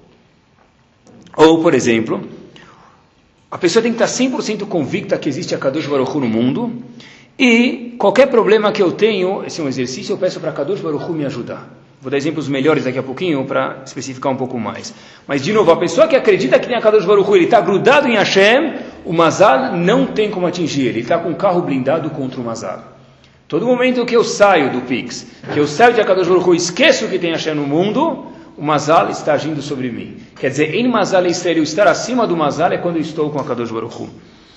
Ou, por exemplo, a pessoa tem que estar cem por cento convicta que existe a Kadosh Baruch Hu no mundo, e qualquer problema que eu tenho, esse é um exercício, eu peço para Kadosh Baruch Hu me ajudar. Vou dar exemplos melhores daqui a pouquinho para especificar um pouco mais. Mas, de novo, a pessoa que acredita que tem a Kadosh Baruch Hu, ele está grudado em Hashem, o mazal não tem como atingir ele. Ele está com um carro blindado contra o mazal. Todo momento que eu saio do Pix, que eu saio de Akadosh Baruch Hu, esqueço que tem Hashem no mundo, o mazal está agindo sobre mim. Quer dizer, em mazal Israel, estar acima do mazal é quando eu estou com Akadosh Baruch Hu.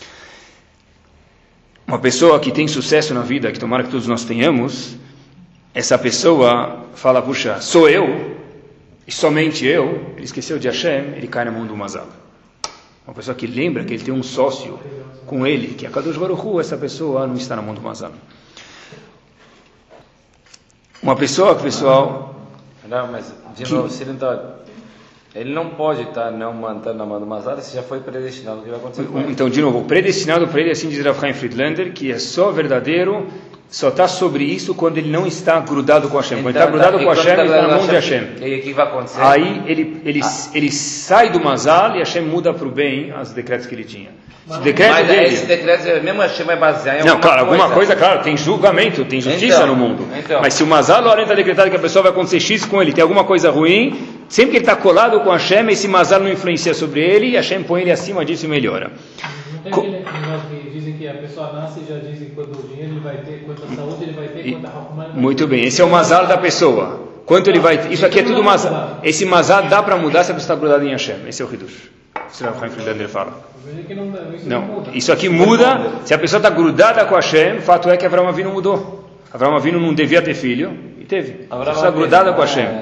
Uma pessoa que tem sucesso na vida, que tomara que todos nós tenhamos, essa pessoa fala, puxa, sou eu, e somente eu, ele esqueceu de Hashem, ele cai na mão do mazal. Uma pessoa que lembra que ele tem um sócio com ele, que é Akadosh Baruch Hu, essa pessoa não está na mão do mazal. Uma pessoa, pessoal... Não, mas, de novo, se ele não tá... Ele não pode estar não mantendo na mão do mazal, se já foi predestinado o que vai acontecer com ele. Então, de novo, predestinado para ele, assim diz Rav Chaim Friedlander, que é só verdadeiro, só está sobre isso quando ele não está grudado com Hashem. Quando então, ele está grudado tá, com Hashem, ele está na mão de Hashem. E o que vai acontecer? Aí ele, ele, ah. ele sai do mazal e Hashem muda para o bem os decretos que ele tinha. Mas, decreto mas dele, esse decreto, mesmo Hashem vai basear em não, alguma claro, coisa. alguma coisa, claro, tem julgamento, tem justiça então, no mundo. Então. Mas se o mazal Loren está decretado que a pessoa vai acontecer X com ele, tem alguma coisa ruim, sempre que ele está colado com Hashem, esse mazal não influencia sobre ele, e Hashem põe ele acima disso e melhora. Não tem aquele negócio que dizem que a pessoa nasce e já dizem quanto dinheiro ele vai ter, quanta saúde ele vai ter, quanta roupa. Muito bem, esse é o mazal da pessoa. Quanto ele vai ter, isso aqui é tudo mazal. Esse mazal dá para mudar se a pessoa está grudada em Hashem. Esse é o Hidush. Isso é o Chaim Friedlander fala. Não, isso aqui muda. Se a pessoa está grudada com Hashem, o fato é que Avraham Avinu mudou. Avraham Avinu não devia ter filho e teve. A pessoa está grudada com Hashem.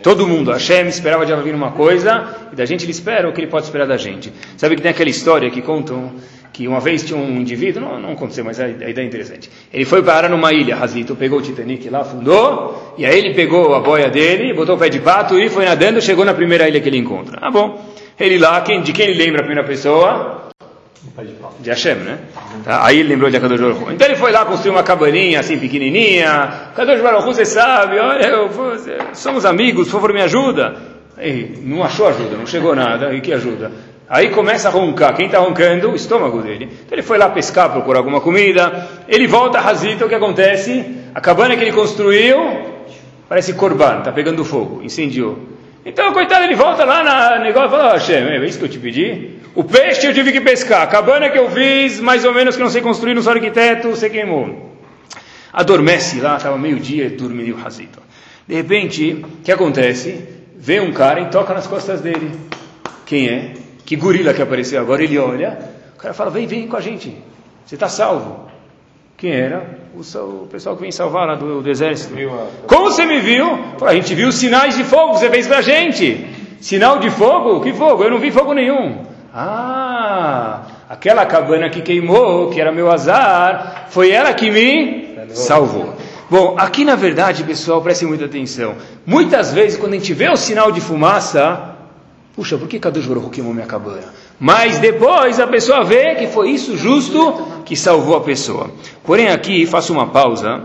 Todo mundo, Hashem esperava de vir uma coisa, e da gente ele espera o que ele pode esperar da gente. Sabe que tem aquela história que contam, que uma vez tinha um indivíduo, não, não aconteceu, mas a ideia é interessante. Ele foi parar numa ilha, Hazito, pegou o Titanic lá, afundou, e aí ele pegou a boia dele, botou o pé de pato e foi nadando, chegou na primeira ilha que ele encontra. Ah, bom. Ele lá, quem, de quem ele lembra a primeira pessoa? De Hashem, né? Tá? Aí ele lembrou de Akadosh Baruch Hu. Então ele foi lá construir uma cabaninha assim pequenininha. Akadosh Baruch Hu, você sabe, olha, eu, você, somos amigos, por favor me ajuda. Aí, não achou ajuda, não chegou nada, e que ajuda? Aí começa a roncar, quem está roncando? O estômago dele. Então ele foi lá pescar, procurar alguma comida, ele volta a Hazito, o que acontece? A cabana que ele construiu, parece corban, está pegando fogo, incendiou. Então, coitado, ele volta lá no negócio e fala, Hashem, é isso que eu te pedi? O peixe eu tive que pescar, a cabana que eu fiz, mais ou menos que não sei construir, não sou arquiteto, você queimou. Adormece lá, estava meio-dia, dormiu o Hazito. De repente, o que acontece? Vem um cara e toca nas costas dele. Quem é? Que gorila que apareceu agora, ele olha, o cara fala, vem, vem com a gente, você está salvo. Quem era? O, o pessoal que vem salvar lá do, do exército. Como você me viu? A gente viu os sinais de fogo, você fez pra gente. Sinal de fogo? Que fogo? Eu não vi fogo nenhum. Ah, aquela cabana que queimou, que era meu azar, foi ela que me salvou. Bom, aqui na verdade, pessoal, prestem muita atenção. Muitas vezes, quando a gente vê o sinal de fumaça, puxa, por que Kadosh Baruch Hu queimou minha cabana? Mas depois a pessoa vê que foi isso justo que salvou a pessoa. Porém aqui faço uma pausa,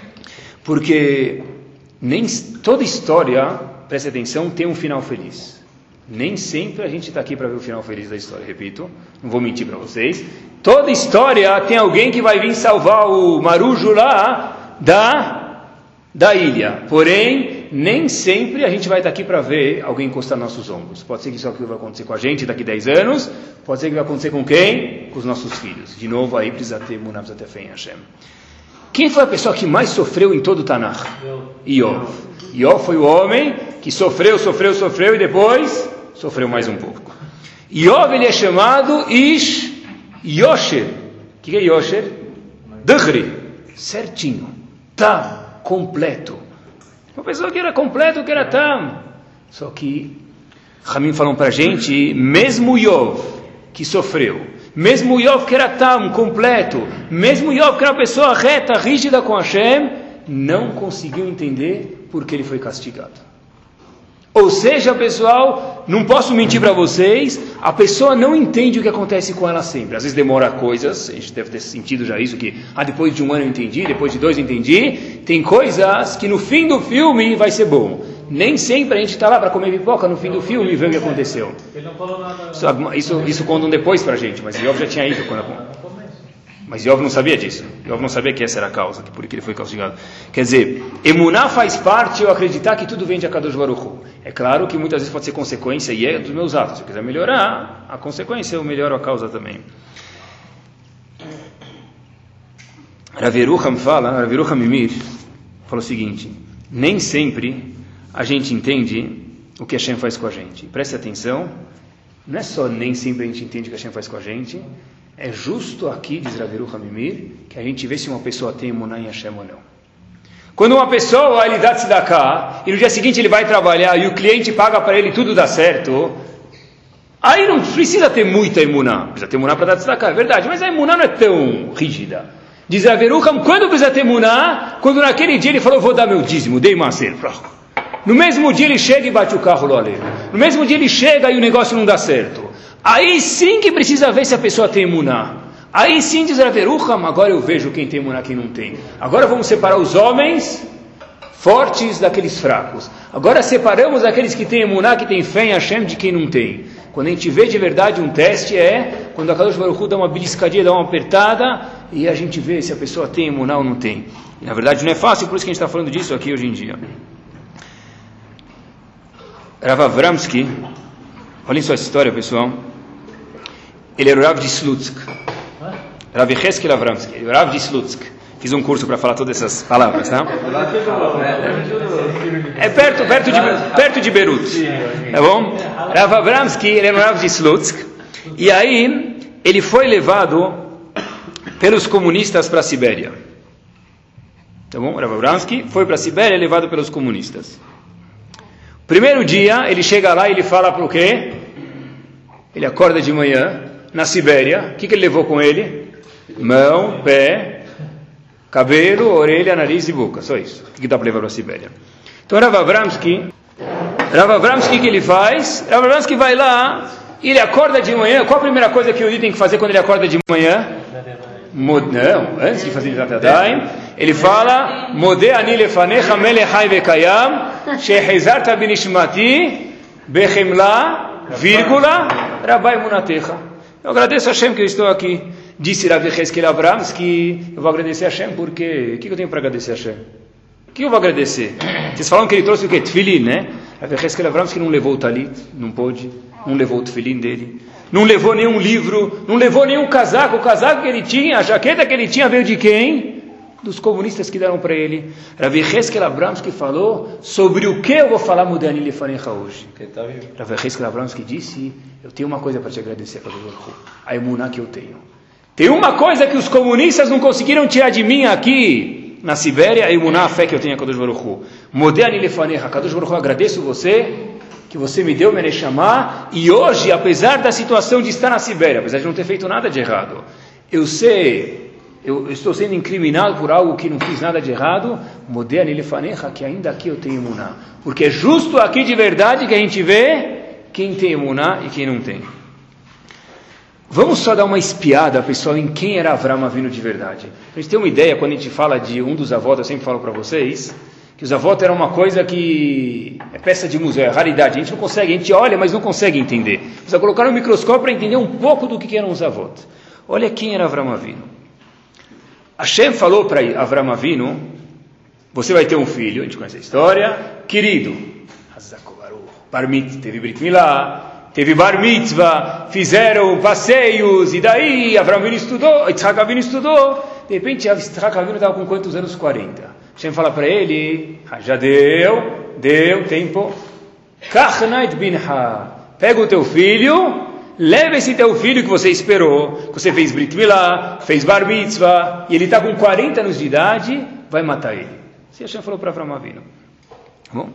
porque nem toda história, preste atenção, tem um final feliz. Nem sempre a gente está aqui para ver o final feliz da história, repito, não vou mentir para vocês. Toda história tem alguém que vai vir salvar o marujo lá da, da ilha. Porém, nem sempre a gente vai estar aqui para ver alguém encostar nos nossos ombros. Pode ser que isso aqui vai acontecer com a gente daqui a dez anos, pode ser que vai acontecer com quem? Com os nossos filhos. De novo, aí precisa ter Muná, precisa ter fé em Hashem. Quem foi a pessoa que mais sofreu em todo o Tanakh? Iov. Iov foi o homem que sofreu, sofreu, sofreu e depois sofreu mais um pouco. Iov, ele é chamado Ish Yosher. O que é Yosher? Dagri. Certinho. Tá completo. Uma pessoa que era completo, que era tam. Só que Ramim falou para a gente, mesmo Iov, que sofreu, mesmo Iov que era tam, completo, mesmo Iov que era uma pessoa reta, rígida com Hashem, não conseguiu entender por que ele foi castigado. Ou seja, pessoal, não posso mentir para vocês, a pessoa não entende o que acontece com ela sempre. Às vezes demora coisas, a gente deve ter sentido já isso, que ah, depois de um ano eu entendi, depois de dois eu entendi. Tem coisas que no fim do filme vai ser bom. Nem sempre a gente está lá para comer pipoca no fim do filme e ver o que aconteceu. Ele não falou nada. Isso, isso, isso contam depois para a gente, mas Iov já tinha ido quando... Mas Iov não sabia disso. Iov não sabia que essa era a causa, que por que ele foi castigado. Quer dizer, Emuná faz parte eu acreditar que tudo vem de Akadosh Baruch Hu. É claro que muitas vezes pode ser consequência e é dos meus atos. Se eu quiser melhorar, a consequência eu melhoro a causa também. Rav Yerucham fala, Rav Yerucham Mimir, fala o seguinte, nem sempre a gente entende o que Hashem faz com a gente. Preste atenção, não é só nem sempre a gente entende o que Hashem faz com a gente, é justo aqui, diz Rav Yerucham Mimir, que a gente vê se uma pessoa tem emuná em Hashem ou não. Quando uma pessoa, ele dá tzedakah, e no dia seguinte ele vai trabalhar, e o cliente paga para ele, tudo dá certo, aí não precisa ter muita emuná. Precisa ter emuná para dar tzedakah, é verdade, mas a emuná não é tão rígida. Diz Rav Yerucham, quando precisa ter emuná? Quando naquele dia ele falou, vou dar meu dízimo, dei macer. No mesmo dia ele chega e bate o carro lá. No mesmo dia ele chega e o negócio não dá certo. Aí sim que precisa ver se a pessoa tem emuná. Aí sim diz Rav Yerucham, agora eu vejo quem tem emuná e quem não tem. Agora vamos separar os homens fortes daqueles fracos. Agora separamos aqueles que têm emuná, que têm fé em Hashem, de quem não tem. Quando a gente vê de verdade um teste é quando a Kadosh Baruch Hu dá uma beliscadinha, dá uma apertada e a gente vê se a pessoa tem emuná ou não tem. E na verdade não é fácil, por isso que a gente está falando disso aqui hoje em dia. Rav Avramsky, olhem só essa história, pessoal. Ele era o Rav de Slutsk. Rav Yecheskel Avramsky, ele era o Rav de Slutsk. Fiz um curso para falar todas essas palavras, tá? É perto, perto de, perto de Beirut. Tá bom? Rav Avramsky, ele era o Rav de Slutsk. E aí, ele foi levado pelos comunistas para a Sibéria. Tá bom? Rav Avramsky foi para a Sibéria, levado pelos comunistas. Primeiro dia, ele chega lá e ele fala para o quê? Ele acorda de manhã, na Sibéria. O que, que ele levou com ele? Mão, pé, cabelo, orelha, nariz e boca. Só isso. O que, que dá para levar para a Sibéria? Então, Rav Avramsky, Rav Avramsky, o que ele faz? Rav Avramsky vai lá, ele acorda de manhã. Qual a primeira coisa que o Yudi tem que fazer quando ele acorda de manhã? Não, antes de fazer Netilat Yadayim, ele fala: Modeh ani lefanecha melech hai vekayam, shehezarta binishmati, bechemla, vírgula, rabai munatecha. Eu agradeço a Hashem que eu estou aqui. Disse Rav Yecheskel Avramsky, eu vou agradecer a Hashem porque... O que eu tenho para agradecer a Hashem? O que eu vou agradecer? Vocês falam que ele trouxe o quê? Tefilin, né? Rav Yecheskel Avramsky não levou o talit, não pôde, não levou o tefilin dele. Não levou nenhum livro, não levou nenhum casaco. O casaco que ele tinha, a jaqueta que ele tinha veio de quem? Dos comunistas que deram para ele. Rav Yecheskel Avramsky falou sobre o que eu vou falar Modeh Lefanecha hoje. Rav Yecheskel Avramsky disse: eu tenho uma coisa para te agradecer, Kadosh Baruch Hu, a emuná que eu tenho. Tem uma coisa que os comunistas não conseguiram tirar de mim aqui na Sibéria, a emuná, a fé que eu tenho a Kadosh Baruch Hu. Modeh Lefanecha, Kadosh Baruch Hu, agradeço você que você me deu me chamar, e hoje, apesar da situação de estar na Sibéria, apesar de não ter feito nada de errado, eu sei, eu, eu estou sendo incriminado por algo que não fiz nada de errado, Modeh Lefanecha, que ainda aqui eu tenho emuná, porque é justo aqui de verdade que a gente vê quem tem emuná e quem não tem. Vamos só dar uma espiada, pessoal, em quem era Avram Avinu de verdade. A gente tem uma ideia, quando a gente fala de um dos avós, eu sempre falo para vocês, que os avós eram uma coisa que é peça de museu, é raridade. A gente não consegue, a gente olha, mas não consegue entender. Precisa colocar no microscópio para entender um pouco do que eram os avós. Olha quem era Avram Avinu. Hashem falou para Avram Avinu: você vai ter um filho, a gente conhece a história, querido. Bar mitzvah, teve Brit Milá, teve Bar Mitzvah, fizeram passeios, e daí Avram Avinu estudou, Yitzhak Avinu estudou. De repente, Yitzhak Avinu estava com quantos anos? quarenta. Hashem fala para ele: já deu, deu tempo. Kachnait binha, pega o teu filho, leva esse teu filho que você esperou, que você fez Brit Milá, fez Bar Mitzvah, e ele está com quarenta anos de idade, vai matar ele. Assim Hashem falou para Avram Avinu. Bom,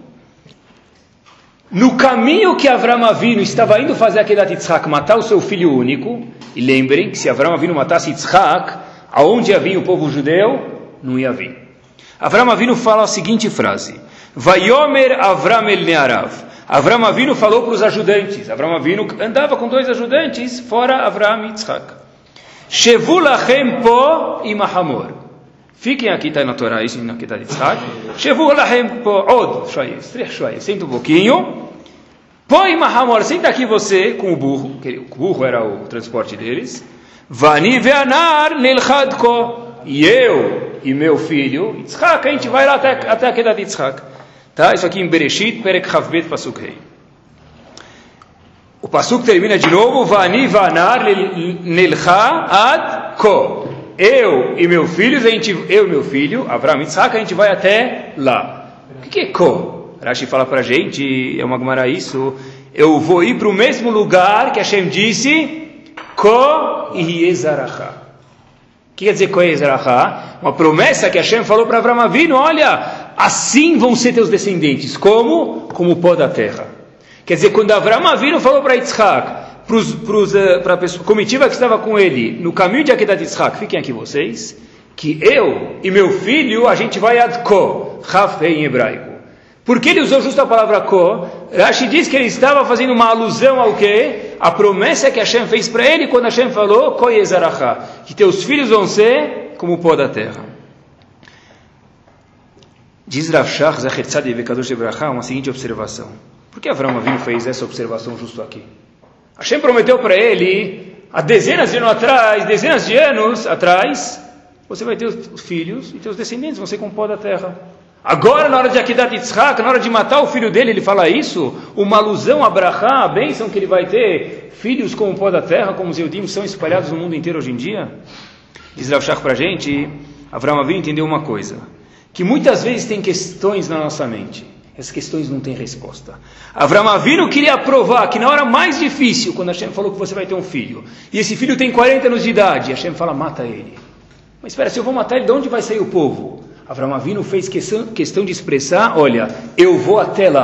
no caminho que Avram Avinu estava indo fazer Akedat Yitzhak, matar o seu filho único, e lembrem que se Avram Avinu matasse Yitzhak, aonde ia vir o povo judeu? Não ia vir. Avram Avinu fala a seguinte frase: Vayomer Avram el Nearav. Avram Avinu falou para os ajudantes. Avram Avinu andava com dois ajudantes, fora Avram e Yitzhak. Shevu lachem po imahamor. Fiquem aqui, está na Torá, isso na Kedat Yitzhak. Shevu lachem po od shoyes, três shoyes. Senta um pouquinho. Po imahamor, senta aqui você com o burro, que o burro era o transporte deles. Vani ve'anar nilchadko. E eu e meu filho, Yitzhak, a gente vai lá até, até a Kedat Yitzhak. Tá? Isso aqui em Bereshit, Perek Chavbet, Pasuk Rei. O Pasuk termina de novo, Vani vanar nelcha ad ko. Eu e meu filho, a gente, eu e meu filho, Avram e Yitzhak, a gente vai até lá. O que é ko? Rashi fala pra gente, é uma Gemara isso, eu vou ir para o mesmo lugar que Hashem disse, ko ihiezaracha. O que quer dizer Koezerachá? Uma promessa que Hashem falou para Avram Avinu: olha, assim vão ser teus descendentes. Como? Como o pó da terra. Quer dizer, quando Avram Avinu falou para Yitzhak, para a comitiva que estava com ele, no caminho de Akedat Yitzhak, fiquem aqui vocês, que eu e meu filho, a gente vai ad ko, Chaf em hebraico. Por que ele usou justo a palavra ko? Rashi diz que ele estava fazendo uma alusão ao quê? A promessa que Hashem fez para ele quando Hashem falou ko yezarachá, que teus filhos vão ser como o pó da terra. Diz Rav Shach Zecher Tzaddik Vekadosh Levrachá uma seguinte observação. Por que Avram Avinu fez essa observação justo aqui? Hashem prometeu para ele, há dezenas de anos atrás, dezenas de anos atrás, você vai ter os filhos e teus descendentes vão ser como o pó da terra. Agora, na hora de Akedat Yitzhak, na hora de matar o filho dele, ele fala isso, uma alusão a Brachá, a bênção que ele vai ter, filhos como o pó da terra, como os Eudim são espalhados no mundo inteiro hoje em dia. Diz Rav Shach para a gente, Avram Avinu entendeu uma coisa, que muitas vezes tem questões na nossa mente, essas questões não têm resposta. Avram Avinu queria provar que na hora mais difícil, quando Hashem falou que você vai ter um filho, e esse filho tem quarenta anos de idade, Hashem fala, mata ele. Mas espera, se eu vou matar ele, de onde vai sair o povo? Avram Avinu fez questão, questão de expressar, olha, eu vou até lá.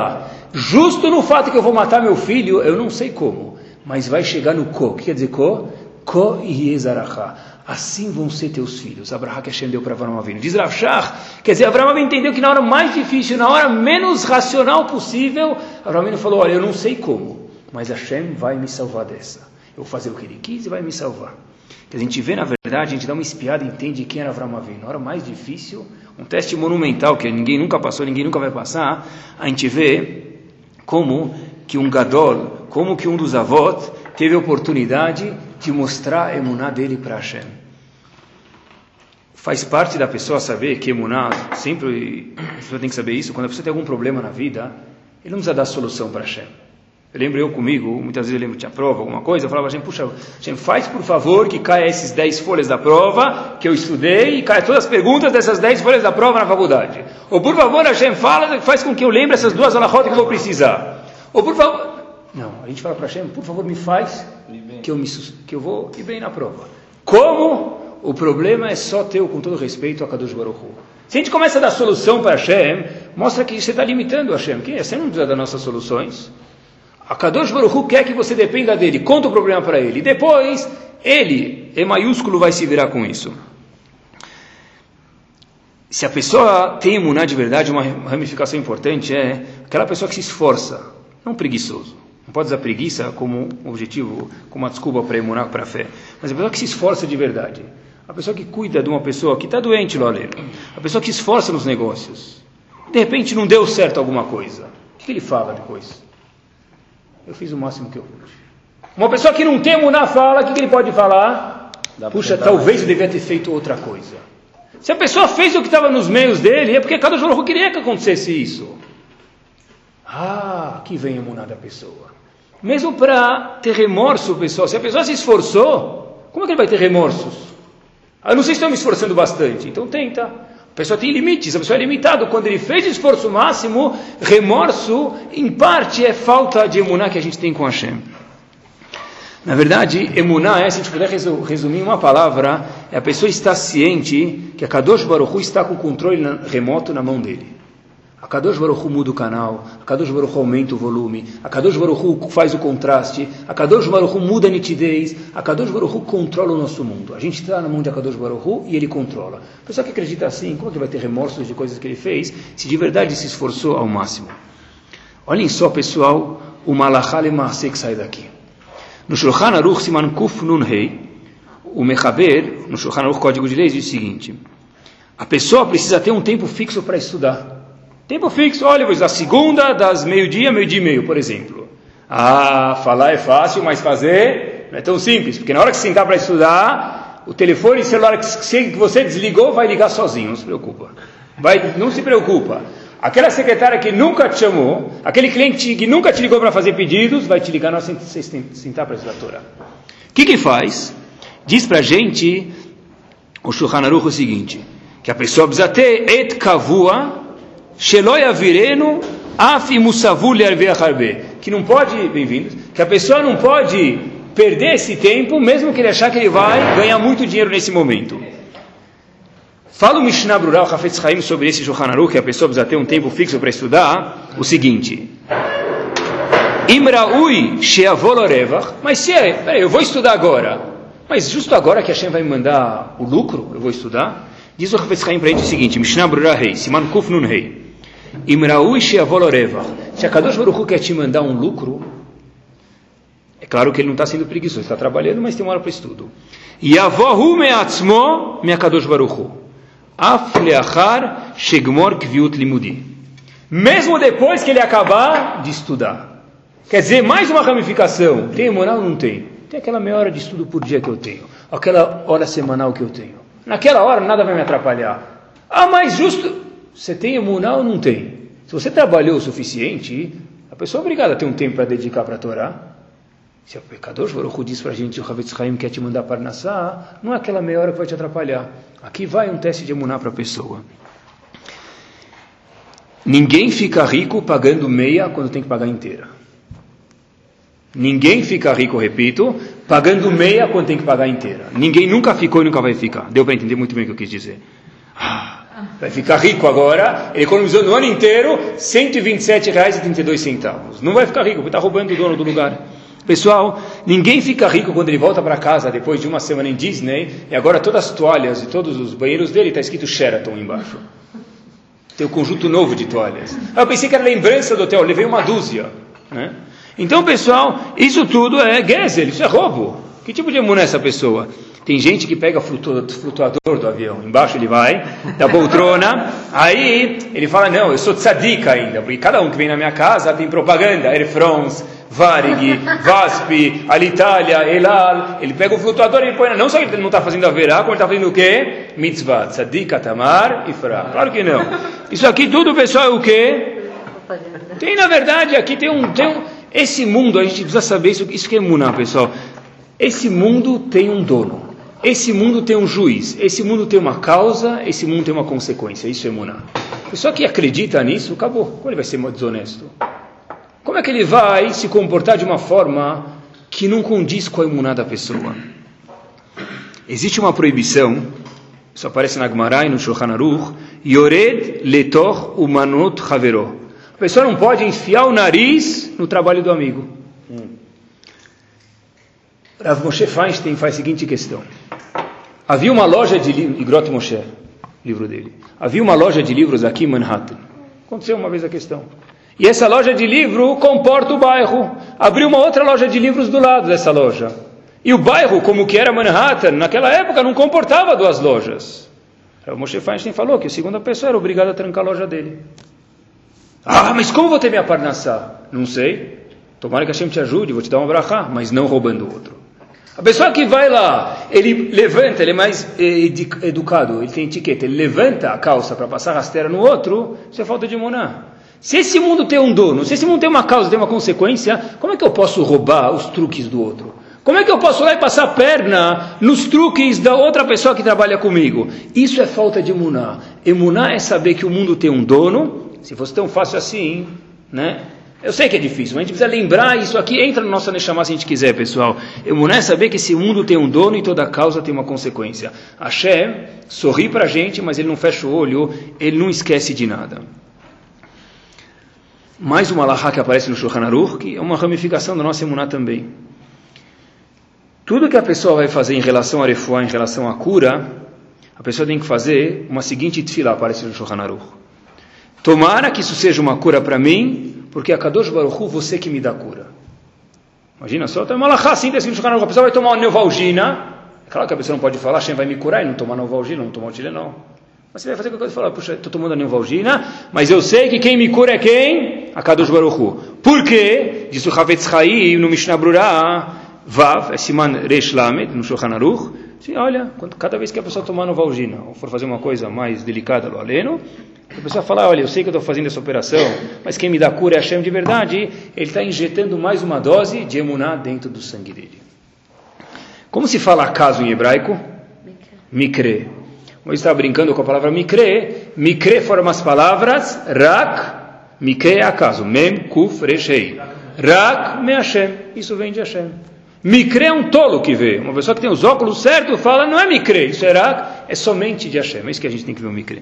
justo no fato que eu vou matar meu filho, eu não sei como, mas vai chegar no ko. O que quer dizer ko? Ko yezarachá. Assim vão ser teus filhos. Abraham que Hashem deu para Avraham Avinu. Diz Rav Shach, quer dizer, Avraham Avinu entendeu que na hora mais difícil, na hora menos racional possível, Avraham Avinu falou, olha, eu não sei como, mas Hashem vai me salvar dessa. Eu vou fazer o que ele quis e vai me salvar. Que a gente vê, na verdade, a gente dá uma espiada e entende quem era Avraham Avinu. Na hora mais difícil, um teste monumental que ninguém nunca passou, ninguém nunca vai passar, a gente vê como que um gadol, como que um dos avós teve a oportunidade de mostrar a emuná dele para Hashem. Faz parte da pessoa saber que emuná, sempre a pessoa tem que saber isso, quando a pessoa tem algum problema na vida, ele não precisa dar solução para Hashem. Eu lembro eu comigo, muitas vezes eu lembro que tinha prova, alguma coisa, eu falava a Hashem, puxa, Hashem, faz por favor que caia esses dez folhas da prova que eu estudei e caia todas as perguntas dessas dez folhas da prova na faculdade. Ou por favor, Hashem, fala, faz com que eu lembre essas duas alahot que eu vou precisar. Ou por favor... Não, a gente fala para Hashem, por favor, me faz que eu, me, que eu vou ir bem na prova. Como? O problema é só teu, com todo respeito, a Kadosh Baruch Hu. Se a gente começa a dar solução para Hashem, mostra que você está limitando Hashem. Que Hashem não precisa das nossas soluções. A Kadosh Baruch Hu quer que você dependa dele, conta o problema para ele. E depois, ele, E maiúsculo, vai se virar com isso. Se a pessoa tem emuná de verdade, uma ramificação importante é aquela pessoa que se esforça, não preguiçoso. Não pode usar preguiça como objetivo, como uma desculpa para emuná, para a fé. Mas a pessoa que se esforça de verdade. A pessoa que cuida de uma pessoa que está doente, Loleiro. A pessoa que se esforça nos negócios. De repente não deu certo alguma coisa. O que ele fala depois? Eu fiz o máximo que eu pude. Uma pessoa que não tem emuná fala, o que ele pode falar? Puxa, talvez eu devia ter feito outra coisa. Se a pessoa fez o que estava nos meios dele, é porque cada Baruch Hu queria que acontecesse isso. Ah, aqui vem a emuná da pessoa. Mesmo para ter remorso, pessoal, se a pessoa se esforçou, como é que ele vai ter remorsos? Eu não sei se estou me esforçando bastante, então tenta. A pessoa tem limites, a pessoa é limitada. Quando ele fez o esforço máximo, remorso, em parte, é falta de emuná que a gente tem com Hashem. Na verdade, emuná é, se a gente puder resumir em uma palavra, é a pessoa estar ciente que a Kadosh Baruch Hu está com o controle remoto na mão dele. A Kadosh Baruch Hu muda o canal, a Kadosh Baruch Hu aumenta o volume, a Kadosh Baruch Hu faz o contraste, a Kadosh Baruch Hu muda a nitidez, a Kadosh Baruch Hu controla o nosso mundo. A gente está na mão de Kadosh Baruch Hu e ele controla. A pessoa que acredita assim, como é que vai ter remorsos de coisas que ele fez, se de verdade se esforçou ao máximo? Olhem só, pessoal, o Malachá Lema'aseh que sai daqui. No Shulchan Aruch Siman Kuf Nun Hei, o Mechaber, no Shulchan Aruch Código de Leis, diz o seguinte: a pessoa precisa ter um tempo fixo para estudar. Tempo fixo, olha, vou estudar segunda, das meio-dia, meio-dia e meio, por exemplo. Ah, falar é fácil, mas fazer não é tão simples, porque na hora que você sentar para estudar, o telefone celular que você desligou vai ligar sozinho, não se preocupa. Vai, não se preocupa. Aquela secretária que nunca te chamou, aquele cliente que nunca te ligou para fazer pedidos, vai te ligar na hora que você sentar para estudar a Torá. O que que faz? Diz para a gente, o Shulchan Aruch, o seguinte, que a pessoa precisa ter et kavua, Sheloyavirenu af musavu le'arveach harbe, que não pode, bem-vindos, que a pessoa não pode perder esse tempo, mesmo que ele achar que ele vai ganhar muito dinheiro nesse momento. Fala o Mishnah Brura, o Hafetz Chaim, sobre esse Shulchan Aruch, que a pessoa precisa ter um tempo fixo para estudar, o seguinte: Imraui she'avol orevach, mas se é, peraí, eu vou estudar agora, mas justo agora que Hashem vai me mandar o lucro, eu vou estudar. Diz o Hafetz Chaim para a gente o seguinte: Mishnah Brura Rei, Siman Kuf Nun Rei, Imraui she'avol orevach, se a Kadosh Baruch Hu quer te mandar um lucro, é claro que ele não está sendo preguiçoso, está trabalhando, mas tem uma hora para estudo. Yavohu me'atzmo me'akadosh Baruch Hu, af le'achar shegmor kviut limudi, mesmo depois que ele acabar de estudar. Quer dizer, mais uma ramificação. Tem moral ou não tem? Tem aquela meia hora de estudo por dia que eu tenho, aquela hora semanal que eu tenho. Naquela hora nada vai me atrapalhar. Ah, mas justo, você tem emuná ou não tem? Se você trabalhou o suficiente, a pessoa é obrigada a ter um tempo para dedicar para a Torá. Se o pecador Baruch Hu diz para a gente, o Hafetz Chaim quer te mandar para Nassá, não é aquela meia hora que vai te atrapalhar. Aqui vai um teste de emuná para a pessoa. Ninguém fica rico pagando meia quando tem que pagar inteira. Ninguém fica rico, repito, pagando meia quando tem que pagar inteira. Ninguém nunca ficou e nunca vai ficar. Deu para entender muito bem o que eu quis dizer. Ah, Vai ficar rico agora. Ele economizou no ano inteiro cento e vinte e sete reais e trinta e dois centavos. Não vai ficar rico, porque está roubando o dono do lugar. Pessoal, ninguém fica rico quando ele volta para casa depois de uma semana em Disney e agora todas as toalhas e todos os banheiros dele está escrito Sheraton embaixo. Tem um conjunto novo de toalhas. Ah, eu pensei que era lembrança do hotel, levei uma dúzia. Né? Então, pessoal, isso tudo é gezel, isso é roubo. Que tipo de emuná é essa pessoa? Tem gente que pega o flutuador do avião, embaixo ele vai, da poltrona, aí ele fala, não, eu sou tzadik ainda, porque cada um que vem na minha casa tem propaganda, Air France, Varig, Vasp, Alitalia, Elal, ele pega o flutuador e ele põe, não só que ele não está fazendo a verá, como ele está fazendo o quê? Mitzvah, tzadik, atamar e fra. Claro que não. Isso aqui tudo, pessoal, é o quê? Tem, na verdade, aqui tem um, tem um, esse mundo, a gente precisa saber isso, isso que é emuná, pessoal. Esse mundo tem um dono. Esse mundo tem um juiz, esse mundo tem uma causa, esse mundo tem uma consequência, isso é emuná. A pessoa que acredita nisso, acabou. Como ele vai ser desonesto? Como é que ele vai se comportar de uma forma que não condiz com a emuná da pessoa? Existe uma proibição, isso aparece na Gemara e no Shulchan Aruch, Yored letor umanot havero. A pessoa não pode enfiar o nariz no trabalho do amigo. Hum. Rav Moshe Feinstein faz a seguinte questão. Havia uma loja de livros, Igrot Moshe, livro dele. Havia uma loja de livros aqui em Manhattan. Aconteceu uma vez a questão. E essa loja de livro comporta o bairro. Abriu uma outra loja de livros do lado dessa loja. E o bairro, como que era Manhattan, naquela época não comportava duas lojas. Rav Moshe Feinstein falou que a segunda pessoa era obrigada a trancar a loja dele. Ah, mas como vou ter minha parnassá? Não sei. Tomara que Hashem te ajude, vou te dar uma brachá, mas não roubando o outro. A pessoa que vai lá, ele levanta, ele é mais educado, ele tem etiqueta, ele levanta a calça para passar rasteira no outro, isso é falta de emuná. Se esse mundo tem um dono, se esse mundo tem uma causa, tem uma consequência, como é que eu posso roubar os truques do outro? Como é que eu posso lá e passar a perna nos truques da outra pessoa que trabalha comigo? Isso é falta de emuná. Emuná é saber que o mundo tem um dono. Se fosse tão fácil assim, né? Eu sei que é difícil, mas a gente precisa lembrar, isso aqui entra no nosso Neshama se a gente quiser, pessoal. Emuná é saber que esse mundo tem um dono e toda causa tem uma consequência. Hashem sorri para a gente, mas ele não fecha o olho, ele não esquece de nada. Mais uma alahá que aparece no Shulchan Aruch, que é uma ramificação da nossa emuná também. Tudo que a pessoa vai fazer em relação a refuá, em relação à cura, a pessoa tem que fazer uma seguinte tefilá, aparece no Shulchan Aruch. Tomara que isso seja uma cura para mim, porque a Kadosh Baruch Hu, você que me dá cura. Imagina só, tem uma alahá assim, a pessoa vai tomar uma Neuvalgina, é claro que a pessoa não pode falar, Hashem vai me curar e não tomar Neuvalgina, não tomar o Tilenol. Mas você vai fazer qualquer coisa e falar, puxa, estou tomando a Neuvalgina, mas eu sei que quem me cura é quem? A Kadosh Baruch Hu. Por quê? Diz o Chavetz Chaim no Mishnah Brura, Vav, é Siman Reish Lamed, no Shulchan Aruch. Sim, olha, cada vez que a pessoa tomar Neuvalgina, ou for fazer uma coisa mais delicada, lo aleno, a pessoa fala, olha, eu sei que eu estou fazendo essa operação, mas quem me dá cura é Hashem de verdade, ele está injetando mais uma dose de emuná dentro do sangue dele. Como se fala acaso em hebraico? Mikre. Eu estava brincando com a palavra mikre. Mikre forma as palavras rak, mikre é acaso, mem, kuf, reshei. Rak me Hashem, isso vem de Hashem. Mikre é um tolo que vê. Uma pessoa que tem os óculos certos fala, não é mikre, isso é rak, é somente de Hashem. É isso que a gente tem que ver o mikre.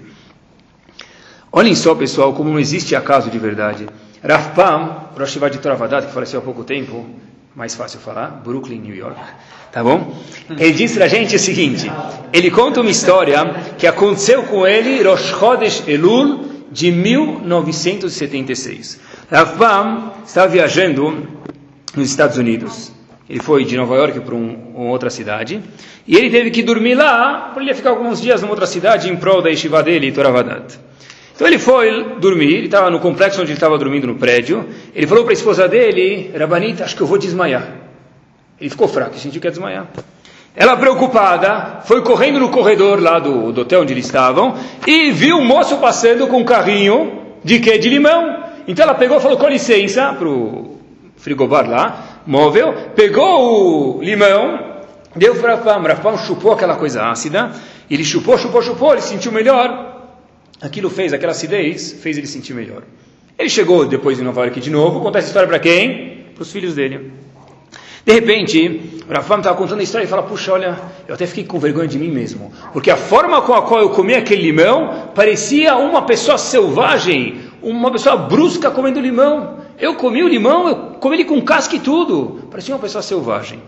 Olhem só, pessoal, como não existe acaso de verdade. Rav Pam, Rosh Yeshiva de Toravadat, que faleceu há pouco tempo, mais fácil falar, Brooklyn, New York, tá bom? Ele diz pra gente o seguinte, ele conta uma história que aconteceu com ele, Rosh Chodesh Elul, de mil novecentos e setenta e seis. Rav Pam estava viajando nos Estados Unidos. Ele foi de Nova York para um, uma outra cidade, e ele teve que dormir lá, porque ele ia ficar alguns dias numa outra cidade, em prol da yeshiva dele, Toravadat. Então ele foi dormir, ele estava no complexo onde ele estava dormindo no prédio, ele falou para a esposa dele, Rabanita, acho que eu vou desmaiar. Ele ficou fraco, sentiu que ia desmaiar. Ela, preocupada, foi correndo no corredor lá do, do hotel onde eles estavam, e viu um moço passando com um carrinho de quê? De limão. Então ela pegou e falou, com licença, para o frigobar lá, móvel, pegou o limão, deu para Rav Pam, Rav Pam chupou aquela coisa ácida, ele chupou, chupou, chupou, ele sentiu melhor. Aquilo fez, aquela acidez, fez ele sentir melhor. Ele chegou depois em Nova York de novo, contar essa história para quem? Para os filhos dele. De repente, Rav Pam estava contando a história e fala, puxa, olha, eu até fiquei com vergonha de mim mesmo, porque a forma com a qual eu comi aquele limão parecia uma pessoa selvagem, uma pessoa brusca comendo limão. Eu comi o limão, eu comi ele com casca e tudo, parecia uma pessoa selvagem.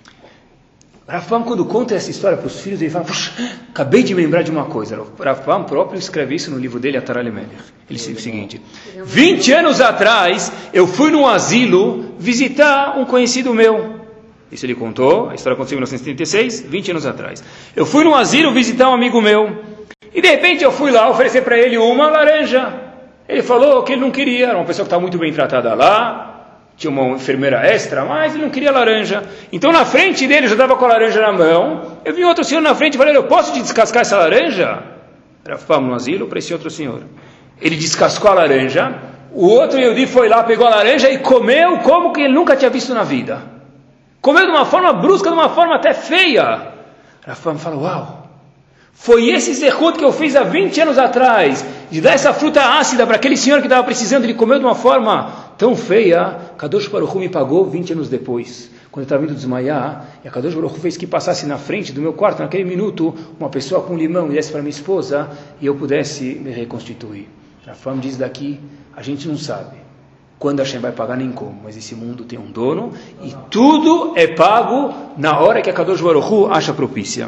Rav Pam, quando conta essa história para os filhos, ele fala, puxa, acabei de me lembrar de uma coisa. Rav Pam próprio escreve isso no livro dele, Atar Lemelech. Ele disse o seguinte, vinte anos atrás, eu fui num asilo visitar um conhecido meu. Isso ele contou, a história aconteceu em mil novecentos e trinta e seis, vinte anos atrás. Eu fui num asilo visitar um amigo meu, e de repente eu fui lá oferecer para ele uma laranja. Ele falou que ele não queria, era uma pessoa que estava muito bem tratada lá, tinha uma enfermeira extra, mas ele não queria laranja. Então na frente dele, eu já estava com a laranja na mão, eu vi outro senhor na frente e falei, eu posso te descascar essa laranja? Era fama no asilo para esse outro senhor. Ele descascou a laranja, o outro Yehudi foi lá, pegou a laranja e comeu como que ele nunca tinha visto na vida. Comeu de uma forma brusca, de uma forma até feia. Rafam fala, uau, foi esse zehut que eu fiz há vinte anos atrás, de dar essa fruta ácida para aquele senhor que estava precisando, ele comeu de uma forma tão feia, Kadosh Baruch Hu me pagou vinte anos depois, quando eu estava vindo desmaiar, e a Kadosh Baruch Hu fez que passasse na frente do meu quarto, naquele minuto, uma pessoa com limão e desse para minha esposa, e eu pudesse me reconstituir. Rafam diz daqui, a gente não sabe quando Hashem vai pagar nem como, mas esse mundo tem um dono, e tudo é pago na hora que a Kadosh Baruch Hu acha propícia.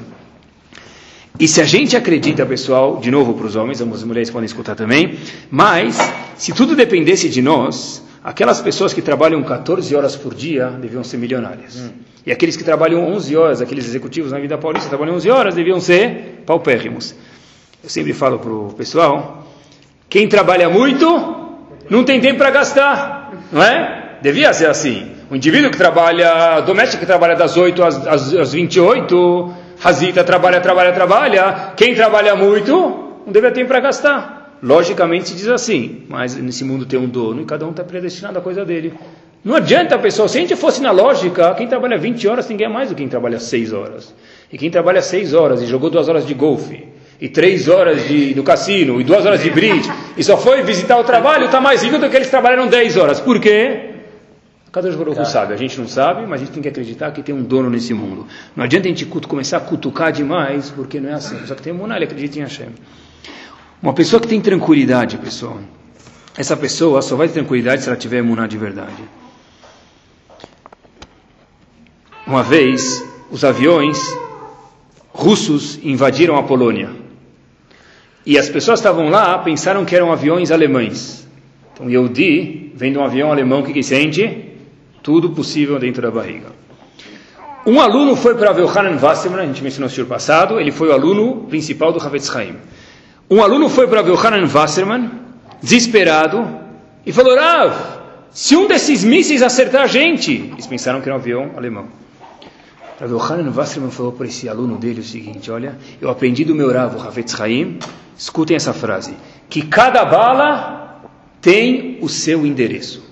E se a gente acredita, pessoal, de novo para os homens, as mulheres podem escutar também, mas se tudo dependesse de nós, aquelas pessoas que trabalham catorze horas por dia deviam ser milionárias. Hum. E aqueles que trabalham onze horas, aqueles executivos na vida paulista trabalham onze horas, deviam ser paupérrimos. Eu sempre falo para o pessoal, quem trabalha muito não tem tempo para gastar, não é? Devia ser assim. O indivíduo que trabalha, doméstico que trabalha das oito às, às, às vinte e oito, Hazita trabalha, trabalha, trabalha. Quem trabalha muito não deve ter tempo para gastar. Logicamente se diz assim, mas nesse mundo tem um dono e cada um está predestinado à coisa dele. Não adianta, pessoal, se a gente fosse na lógica, quem trabalha vinte horas tem que ganhar mais do que quem trabalha seis horas. E quem trabalha seis horas e jogou duas horas de golfe, e três horas de, do cassino, e duas horas de bridge, e só foi visitar o trabalho, está mais rico do que eles trabalharam dez horas. Por quê? Cada Baruch sabe, a gente não sabe, mas a gente tem que acreditar que tem um dono nesse mundo. Não adianta a gente começar a cutucar demais, porque não é assim. Só que tem emuná, ele acredita em Hashem. Uma pessoa que tem tranquilidade, pessoal, essa pessoa só vai ter tranquilidade se ela tiver emuná de verdade. Uma vez, os aviões russos invadiram a Polônia. E as pessoas estavam lá, pensaram que eram aviões alemães. Então, Yehudi, vendo um avião alemão, o que que sente? Tudo possível dentro da barriga. Um aluno foi para ver o Hanan Wasserman, a gente mencionou no ano passado, ele foi o aluno principal do Havetz Haim. Um aluno foi para ver o Hanan Wasserman, desesperado, e falou, Rav, se um desses mísseis acertar a gente, eles pensaram que era um avião alemão. O Hanan Wasserman falou para esse aluno dele o seguinte, olha, eu aprendi do meu Rav, o Havetz Haim, escutem essa frase, que cada bala tem o seu endereço.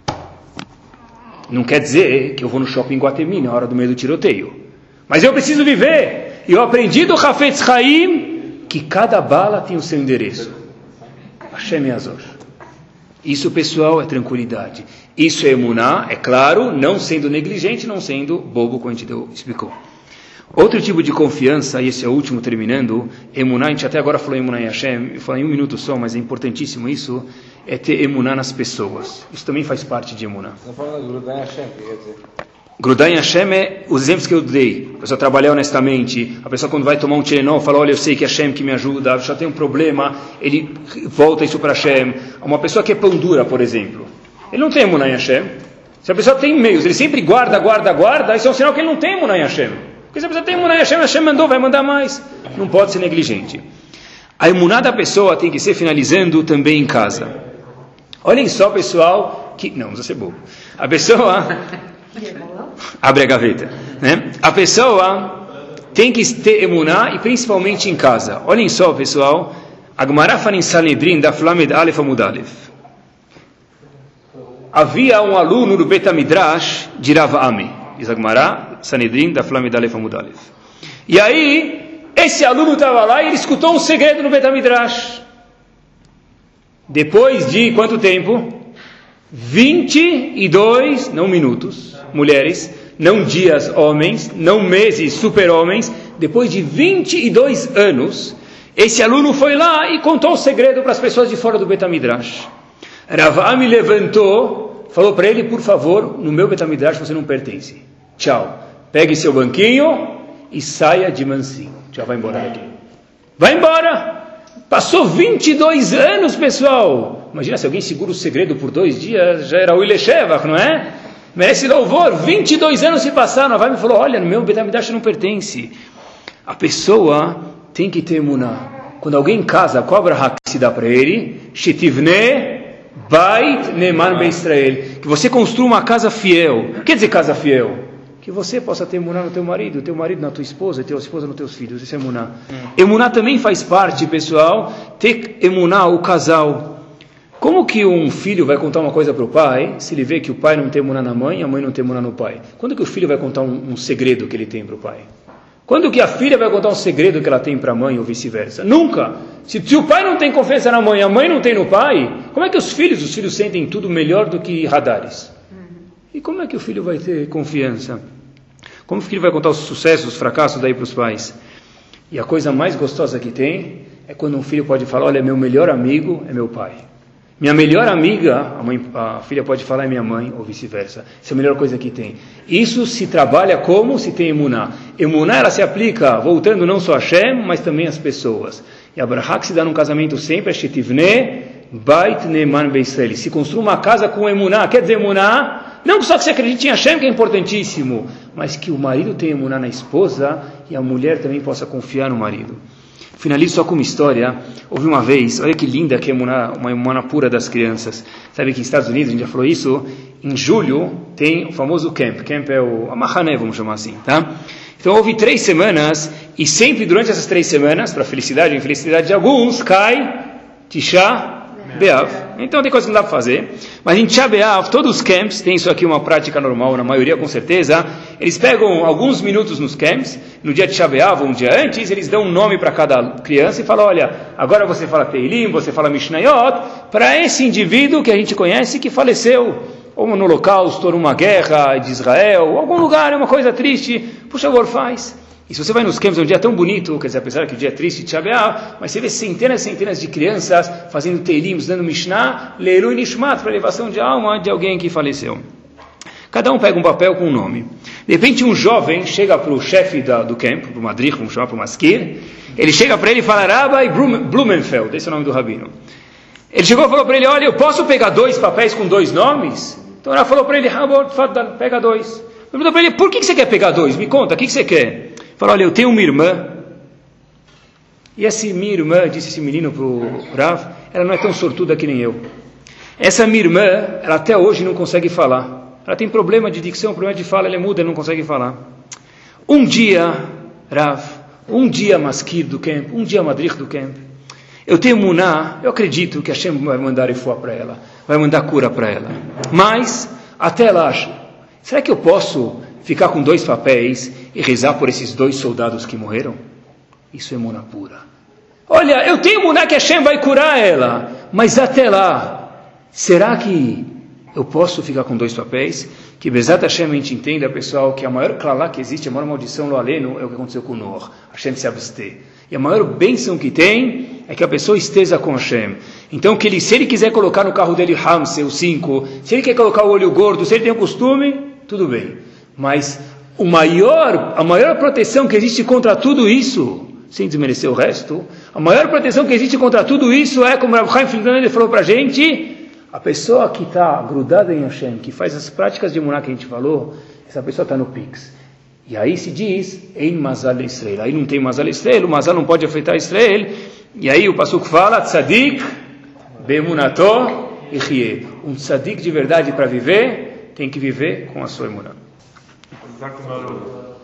Não quer dizer que eu vou no shopping Guatemi na hora do meio do tiroteio. Mas eu preciso viver. Eu aprendi do Havetz Haim que cada bala tem o seu endereço. Hashem Yazor. Isso, pessoal, é tranquilidade. Isso é emuná, é claro, não sendo negligente, não sendo bobo, como a gente deu, explicou. Outro tipo de confiança, e esse é o último terminando, emuná, a gente até agora falou emuná em Hashem, eu falei em um minuto só, mas é importantíssimo isso, é ter emuná nas pessoas. Isso também faz parte de emuná. Não falando de grudar em Hashem, o que quer dizer? Grudar em Hashem é os exemplos que eu dei. A pessoa trabalhar honestamente, a pessoa quando vai tomar um Tylenol, fala, olha, eu sei que Hashem que me ajuda, eu já tenho um problema, ele volta isso para Hashem. Uma pessoa que é pão dura, por exemplo, ele não tem emuná em Hashem. Se a pessoa tem meios, ele sempre guarda, guarda, guarda, isso é um sinal que ele não tem emuná em Hashem. Porque se a pessoa tem emuná em Hashem, Hashem mandou, vai mandar mais. Não pode ser negligente. A emuná da pessoa tem que ser finalizando também em casa. Olhem só, pessoal, que... Não, não precisa ser bobo. A pessoa... Abre a gaveta. Né? A pessoa tem que ter emuná, e principalmente em casa. Olhem só, pessoal. Agmará fala em Sanedrin, da Flamed Alef Amud Alef. Havia um aluno do Bet HaMidrash de Rav Ami. Diz Agmará, Sanedrin, da Flamed Alef Amud Alef. E aí, esse aluno estava lá e ele escutou um segredo no Bet HaMidrash. Depois de quanto tempo? vinte e dois, não minutos, mulheres, não dias homens, não meses super-homens, depois de vinte e dois anos, esse aluno foi lá e contou o segredo para as pessoas de fora do Bet HaMidrash. Rav Ami levantou, falou para ele, por favor, no meu Bet HaMidrash você não pertence. Tchau. Pegue seu banquinho e saia de mansinho. Já vai embora daqui. Vai embora! Passou vinte e dois anos, pessoal. Imagina se alguém segura o segredo por dois dias, já era o Ileshevach, não é? Merece louvor. vinte e dois anos se passaram. Vai me falou, olha, no meu Bet HaMidrash não pertence. A pessoa tem que ter emuná. Quando alguém casa, qual a brachá que se dá para ele? Shetivne bait neman beIsrael. Que você construa uma casa fiel. O que quer dizer casa fiel? Que você possa ter emuná no teu marido, teu marido na tua esposa, teu esposa nos teus filhos. Isso é emuná. Hum. Emuná também faz parte, pessoal, ter emuná, o casal. Como que um filho vai contar uma coisa para o pai, se ele vê que o pai não tem emuná na mãe e a mãe não tem emuná no pai? Quando que o filho vai contar um, um segredo que ele tem para o pai? Quando que a filha vai contar um segredo que ela tem para a mãe ou vice-versa? Nunca! Se, se o pai não tem confiança na mãe, a mãe não tem no pai, como é que os filhos, os filhos sentem tudo melhor do que radares? E como é que o filho vai ter confiança? Como o filho vai contar os sucessos, os fracassos daí para os pais? E a coisa mais gostosa que tem é quando um filho pode falar, olha, meu melhor amigo é meu pai. Minha melhor amiga, a, mãe, a filha pode falar é minha mãe, ou vice-versa. Essa é a melhor coisa que tem. Isso se trabalha como se tem emuná. Emuná, ela se aplica, voltando não só a Hashem, mas também às pessoas. E a brachá que se dá num casamento sempre é shetivne bait neman beIsrael. Se construa uma casa com emuná. Quer dizer emuná, não só que você acredite em Hashem, que é importantíssimo, mas que o marido tenha emuná na esposa e a mulher também possa confiar no marido. Finalizo só com uma história. Houve uma vez, olha que linda que é uma, uma emuná pura das crianças. Sabe que nos Estados Unidos, a gente já falou isso, em julho tem o famoso camp. Camp é o Amahané, vamos chamar assim, tá? Então houve três semanas, e sempre durante essas três semanas, para felicidade e infelicidade de alguns, cai Tisha B'Av. Então tem coisa que não dá para fazer. Mas em Tisha B'Av, todos os camps, tem isso aqui uma prática normal, na maioria com certeza, eles pegam alguns minutos nos camps, no dia de Tisha B'Av, um dia antes, eles dão um nome para cada criança e falam, olha, agora você fala Teilim, você fala Mishnayot, para esse indivíduo que a gente conhece que faleceu, ou no holocausto, ou numa guerra de Israel, ou algum lugar, é uma coisa triste, por favor, faz. E se você vai nos camps, é um dia tão bonito, quer dizer, apesar que o dia é triste, Tisha B'Av, mas você vê centenas e centenas de crianças fazendo Teilim, dando Mishnah, Leilu e Nishmat, para elevação de alma de alguém que faleceu. Cada um pega um papel com um nome. De repente um jovem chega para o chefe da, do camp, para o madrich, vamos chamar para o maskir, ele chega para ele e fala, Rabbi Blumenfeld, esse é o nome do rabino. Ele chegou e falou para ele, olha, eu posso pegar dois papéis com dois nomes? Então ela falou para ele, pega dois. Ele perguntou para ele, por que você quer pegar dois? Me conta, o que você quer? Falou, olha, eu tenho uma irmã, e essa minha irmã, disse esse menino para o Rav, ela não é tão sortuda que nem eu. Essa minha irmã, ela até hoje não consegue falar. Ela tem problema de dicção, problema de fala, ela é muda, ela não consegue falar. Um dia, Rav, um dia maskir do camp, um dia madrich do camp, eu tenho muná, eu acredito que Hashem vai mandar refuá para ela, vai mandar cura para ela. Mas, até ela acha, será que eu posso ficar com dois papéis e rezar por esses dois soldados que morreram? Isso é muná pura. Olha, eu tenho muná que Hashem vai curar ela, mas até lá, será que eu posso ficar com dois papéis? Que Bezat Hashem a gente entenda, pessoal, que a maior klalá que existe, a maior maldição lo aleno, é o que aconteceu com Noah. Hashem se abster. E a maior bênção que tem é que a pessoa esteja com Hashem. Então, que ele, se ele quiser colocar no carro dele Hamse, o cinco, se ele quer colocar o olho gordo, se ele tem o costume, tudo bem. Mas o maior, a maior proteção que existe contra tudo isso, sem desmerecer o resto, a maior proteção que existe contra tudo isso é, como o Rav Chaim Friedlander falou para a gente, a pessoa que está grudada em Hashem, que faz as práticas de emuná que a gente falou, essa pessoa está no Pix. E aí se diz, Ein Mazal Israel. Aí não tem Mazal Israel, o Mazal não pode afetar Israel. E aí o Pasuk fala, Tzadik Be'emunato Ichye. Um tzadik de verdade para viver, tem que viver com a sua emuná.